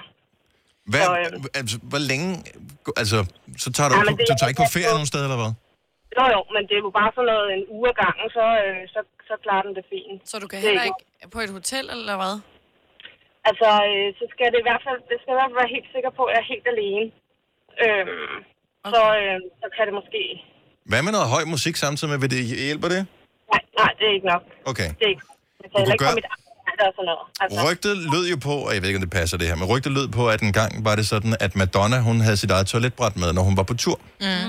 Hvor længe, altså, så tager du tager ikke på ferie nogen steder, eller hvad? Jo, men det er jo bare sådan noget en uge ad gangen, så klarer den det fint. Så du kan heller ikke på et hotel, eller hvad? Altså, så skal det i hvert fald være helt sikker på, at jeg er helt alene. Så kan det måske... Hvad med noget høj musik samtidig med? Vil det hjælper det? Nej, det er ikke nok. Okay. Det er ikke. Jeg taler ikke på mit arbejde og sådan noget. Altså. Rygtet lød jo på, og jeg ved ikke, om det passer det her, men rygtet lød på, at en gang var det sådan, at Madonna, hun havde sit eget toiletbræt med, når hun var på tur.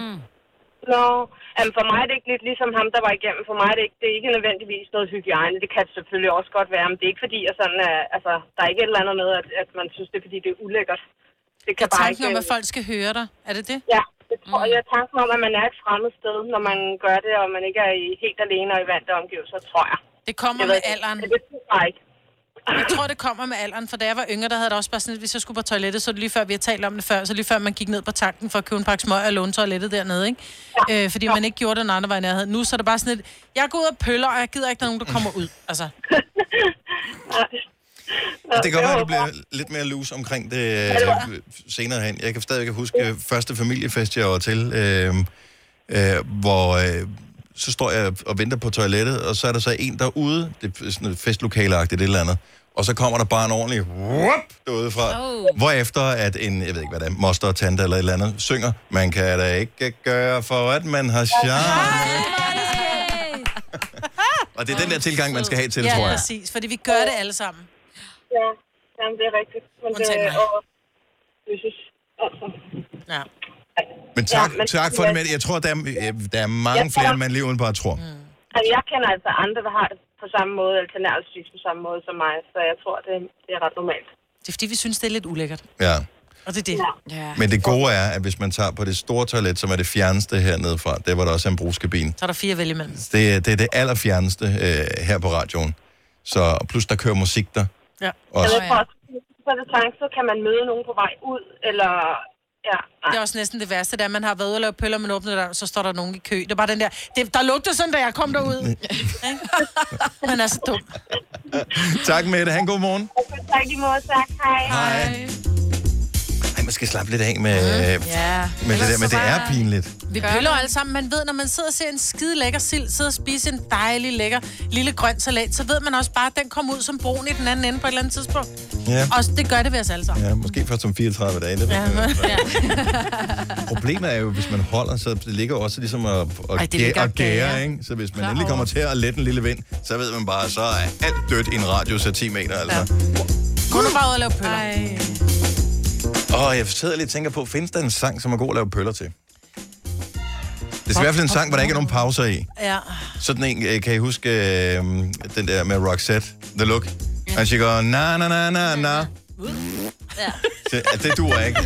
For mig er det ikke lidt ligesom ham, der var igennem. For mig er det ikke nødvendigvis noget hygiejne. Det kan det selvfølgelig også godt være, men det er ikke fordi, at sådan, altså, der er ikke et eller andet med, at man synes, det er fordi, det er ulækkert. Det kan bare tanken om, at folk skal høre dig? Er det det? Ja, det tror jeg. Tanken om, at man er et fremmed sted, når man gør det, og man ikke er helt alene og i vante omgivelser, tror jeg. Det kommer med alderen. Det tror jeg ikke. Jeg tror, det kommer med alderen, for da jeg var yngre, der havde det også bare sådan, at hvis jeg skulle på toilettet, så lige før, vi har talt om det før, så lige før man gik ned på tanken for at købe en pakke smøg og låne toilettet dernede, ikke? Ja. Fordi man ikke gjorde det, når andre var i nærheden. Nu så er det bare sådan et, jeg går ud og pøller, og jeg gider ikke, der er nogen, der kommer ud. Altså. Det kan godt være, at du bliver lidt mere loose omkring det senere hen. Jeg kan stadigvæk huske første familiefest, jeg var til, hvor så står jeg og venter på toilettet, og så er der så en derude, det er sådan et festlokaleagtigt eller andet, og så kommer der bare en ordentlig derudefra, hvorefter at en, jeg ved ikke hvad det er, moster, tante eller et eller andet, synger, man kan da ikke gøre for, at man har charme. Og det er den der tilgang, man skal have til det, tror jeg. Ja, præcis, fordi vi gør det alle sammen. Ja, jamen, det er rigtigt. Men det er altså. Ja. Men tak for det med. Jeg tror, der er mange flere, end man lige udenbart tror. Altså, jeg kender altså andre, der har det på samme måde, eller tilnærmelsesvis på samme måde som mig, så jeg tror, det er ret normalt. Det er fordi, vi synes, det er lidt ulækkert. Ja. Og det er det. Ja. Men det gode er, at hvis man tager på det store toilet, som er det fjerneste hernede fra, der hvor der også er en brugskabine. Så er der 4 at vælge imellem. Det er det allerfjerneste her på radioen. Så plus der kører musik der. Ja. Også. Jeg tror også, så kan man møde nogen på vej ud, eller... Ja, det er også næsten det værste, da man har været ude og lave pøller, men åbner der, så står der nogen i kø. Det er bare den der, der lugter sådan, da jeg kom derud. Man er så dum. Tak med det. Ha' en god morgen. Tak i morgen, tak. Hej. Ej, man skal slappe lidt af med det der, men det er pinligt. Vi pøller alle sammen. Man ved, når man sidder og ser en skide lækker sild, sidder og spiser en dejlig, lækker lille grøn salat, så ved man også bare, at den kommer ud som brun i den anden ende på et eller andet tidspunkt. Ja. Og det gør det ved os alle sammen. Ja, måske først om 34 dage. Det Problemet er jo, hvis man holder, så det ligger også ligesom at gære, ikke? Så hvis man endelig kommer til at lette en lille vind, så ved man bare, så er alt dødt i en radius af 10 meter, altså. Gå nu bare ud og lave pøller. Jeg sidder lidt og tænker på, findes der en sang, som er god at lave pøller til? Det skal i hvert fald en sang, hvor der ikke er nogen pauser i. Ja. Sådan en, kan I huske den der med Roxette, The Look? Og så går na na na na na. Ja. Det duer ikke.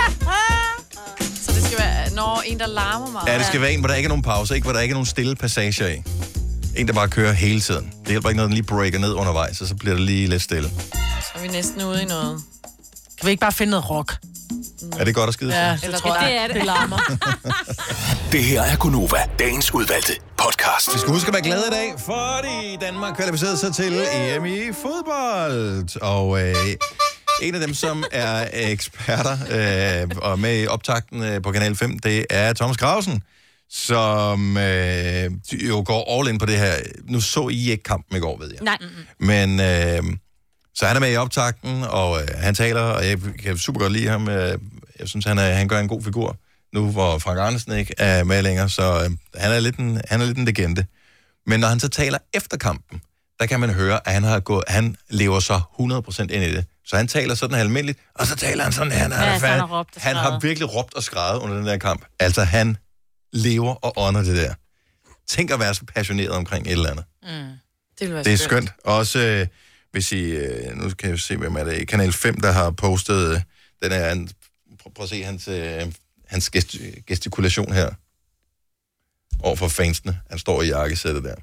Så det skal være en, der larmer meget. Ja, det skal være en, hvor der ikke er nogen pauser, ikke hvor der ikke er nogen stille passager i. En, der bare kører hele tiden. Det hjælper ikke noget, den lige breaker ned undervejs, og så bliver det lige lidt stille. Så er vi næsten ude i noget. Kan vi ikke bare finde noget rock? Er det godt at skide? Ja, det tror jeg. Det larmer. Det her er Gunova, dagens udvalgte podcast. Vi skal huske at være glade i dag, fordi Danmark kvalificerede sig til EM i fodbold. Og en af dem, som er eksperter og med i optakten på Kanal 5, det er Thomas Gravesen, som jo går all in på det her. Nu så I ikke kampen i går, ved jeg. Nej. Men så han er med i optakten, og han taler, og jeg kan super godt lide ham. Jeg synes, han gør en god figur. Nu hvor Frank Andersen ikke er med længere, så han er lidt en legende. Men når han så taler efter kampen, der kan man høre, at han lever så 100% ind i det. Så han taler sådan almindeligt, og så taler han sådan her. Han har virkelig råbt og skreget under den der kamp. Altså, han lever og ånder det der. Tænk at være så passioneret omkring et eller andet. Det er skønt. Også hvis I... nu kan jeg se, hvem er det. Kanal 5, der har postet den her... Prøv at se hans gestikulation her. Overfor fansene. Han står i jakkesættet der.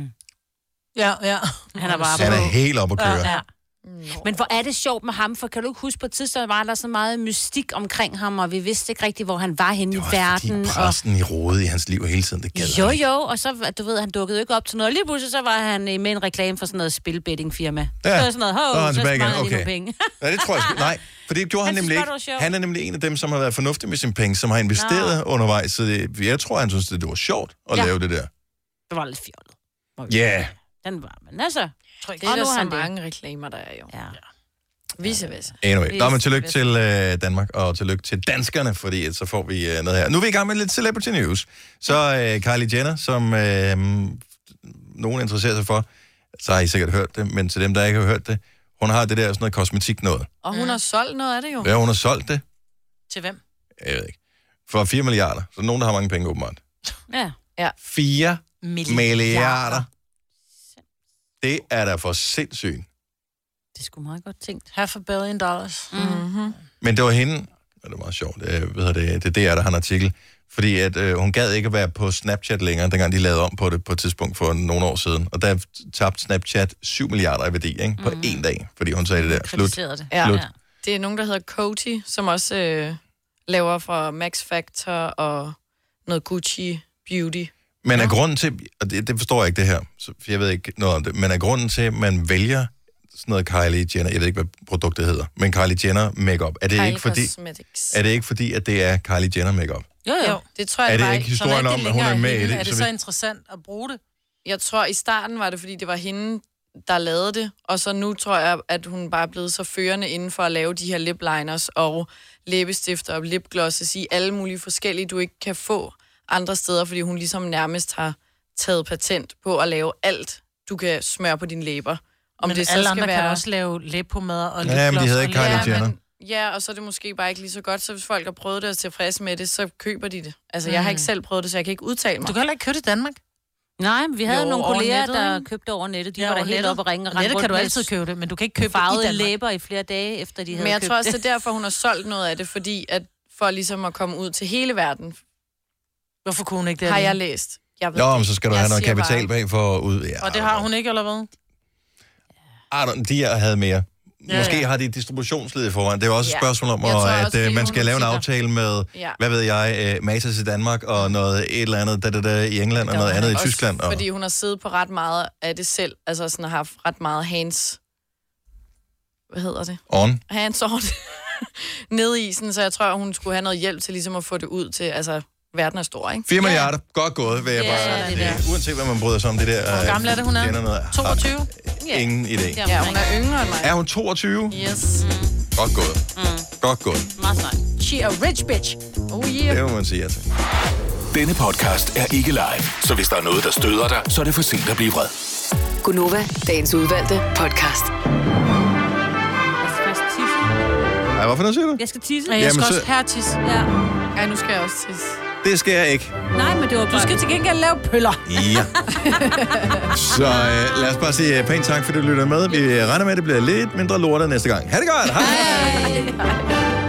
Ja. Han er bare han er helt oppe at køre. Ja. Men hvor er det sjovt med ham, for kan du ikke huske på et tidspunkt, var der så meget mystik omkring ham, og vi vidste ikke rigtig, hvor han var henne i verden. Præsten i rode i hans liv hele tiden, det gælder. Jo, og så, du ved, han dukkede ikke op til noget. Lige pludselig så var han med en reklame for sådan noget spilbetting-firma. Ja, så sådan noget, så er han tilbage igen. Okay. Penge. Ja, det tror jeg sgu. Nej, for det gjorde han nemlig ikke. Han er nemlig en af dem, som har været fornuftig med sine penge, som har investeret undervejs. Så jeg tror, han synes, det var sjovt at lave det der. Det var lidt fjollet. Ja. Den var, men altså... Det er der så mange reklamer, der er jo. Ja. Vice versa. Anyway, men tillykke til Danmark, og tillykke til danskerne, fordi så får vi noget her. Nu er vi i gang med lidt celebrity news. Så Kylie Jenner, som nogen interesserer sig for, så har I sikkert hørt det, men til dem, der ikke har hørt det, hun har det der sådan noget kosmetik noget. Og hun har solgt noget af det jo. Ja, hun har solgt det. Til hvem? Jeg ved ikke. For 4 milliarder. Så nogen, der har mange penge, åbenbart. Ja. 4 milliarder. Det er da for sindssygt. Det er sgu meget godt tænkt. $500 million. Mm-hmm. Men det var hende, det var meget sjovt, det er der har en artikel, fordi at hun gad ikke at være på Snapchat længere, dengang de lavede om på det på et tidspunkt for nogle år siden. Og der tabte Snapchat 7 milliarder i værdi, ikke? På en dag, fordi hun sagde det der. Slut. Det. Ja. Det er nogen, der hedder Coty, som også laver fra Max Factor og noget Gucci Beauty. Men er grunden til, og det forstår jeg ikke det her, så jeg ved ikke noget om det, men er grunden til, at man vælger sådan noget Kylie Jenner, jeg ved ikke, hvad produktet hedder, men Kylie Jenner makeup. Er det ikke fordi, at det er Kylie Jenner makeup? Jo. Det tror jeg, er det ikke historien om, at hun er med i det? Er det så interessant at bruge det? Jeg tror, i starten var det, fordi det var hende, der lavede det, og så nu tror jeg, at hun bare er blevet så førende inden for at lave de her lip liners og læbestifter og lipglosses i alle mulige forskellige, du ikke kan få andre steder, fordi hun ligesom nærmest har taget patent på at lave alt, du kan smøre på dine læber. Om men det så alle andre kan også lave læbpomade og lipgloss. Ja, men de hedder ikke Kylie Jenner. Ja, og så er det måske bare ikke lige så godt, så hvis folk har prøvet det og er tilfredse med det, så køber de det. Altså, jeg har ikke selv prøvet det, så jeg kan ikke udtale mig. Du kan heller ikke købe det i Danmark. Nej, vi havde nogle kolleger, der købte over nettet. De var der helt oppe og ringe og nettet kan du altid købe det, men du kan ikke købe farvede det i læber i flere dage, efter de havde købt det. Men jeg tror også, det er derfor, hun har solgt noget af det, fordi at for ligesom at komme ud til hele verden. Hvorfor kunne hun ikke det? Har jeg læst. Jeg ved men så skal du have noget kapital bag for ud. Ja, og det har hun ikke, eller hvad? De havde mere. Måske har de distributionsled i forvejen. Det er jo også et spørgsmål om, at man skal lave en aftale med, hvad ved jeg, Matas i Danmark, og noget et eller andet i England, og noget andet i Tyskland. Fordi hun har siddet på ret meget af det selv, altså sådan har haft ret meget hands... Hvad hedder det? Hands on. Nede i isen, så jeg tror, hun skulle have noget hjælp til ligesom at få det ud til, altså... Verden er stor, ikke? 4 milliarder. Godt gået, vil jeg bare sige. Uanset hvad man bryder sig om det der. Hvor gammel er det, hun er? 22? Ingen idé. Ja, hun er yngre end mig. Er hun 22? Yes. Godt gået. Godt gået. Meget sejt. She a rich bitch. Oh yeah. Det må man sige, ja til. Denne podcast er ikke live, så hvis der er noget, der støder dig, så er det for sent at blive vred. Gunova, dagens udvalgte podcast. Ej, hvorfor noget siger du? Jeg skal tisse. Ja, jeg skal også her tisse. Ja. Ej, nu skal jeg også tisse. Det skal jeg ikke. Nej, men det var bare... Du skal til gengæld lave pøller. Ja. Så lad os bare sige pænt tak, fordi du lytter med. Vi regner med, at det bliver lidt mindre lortet næste gang. Ha' det godt. Hej.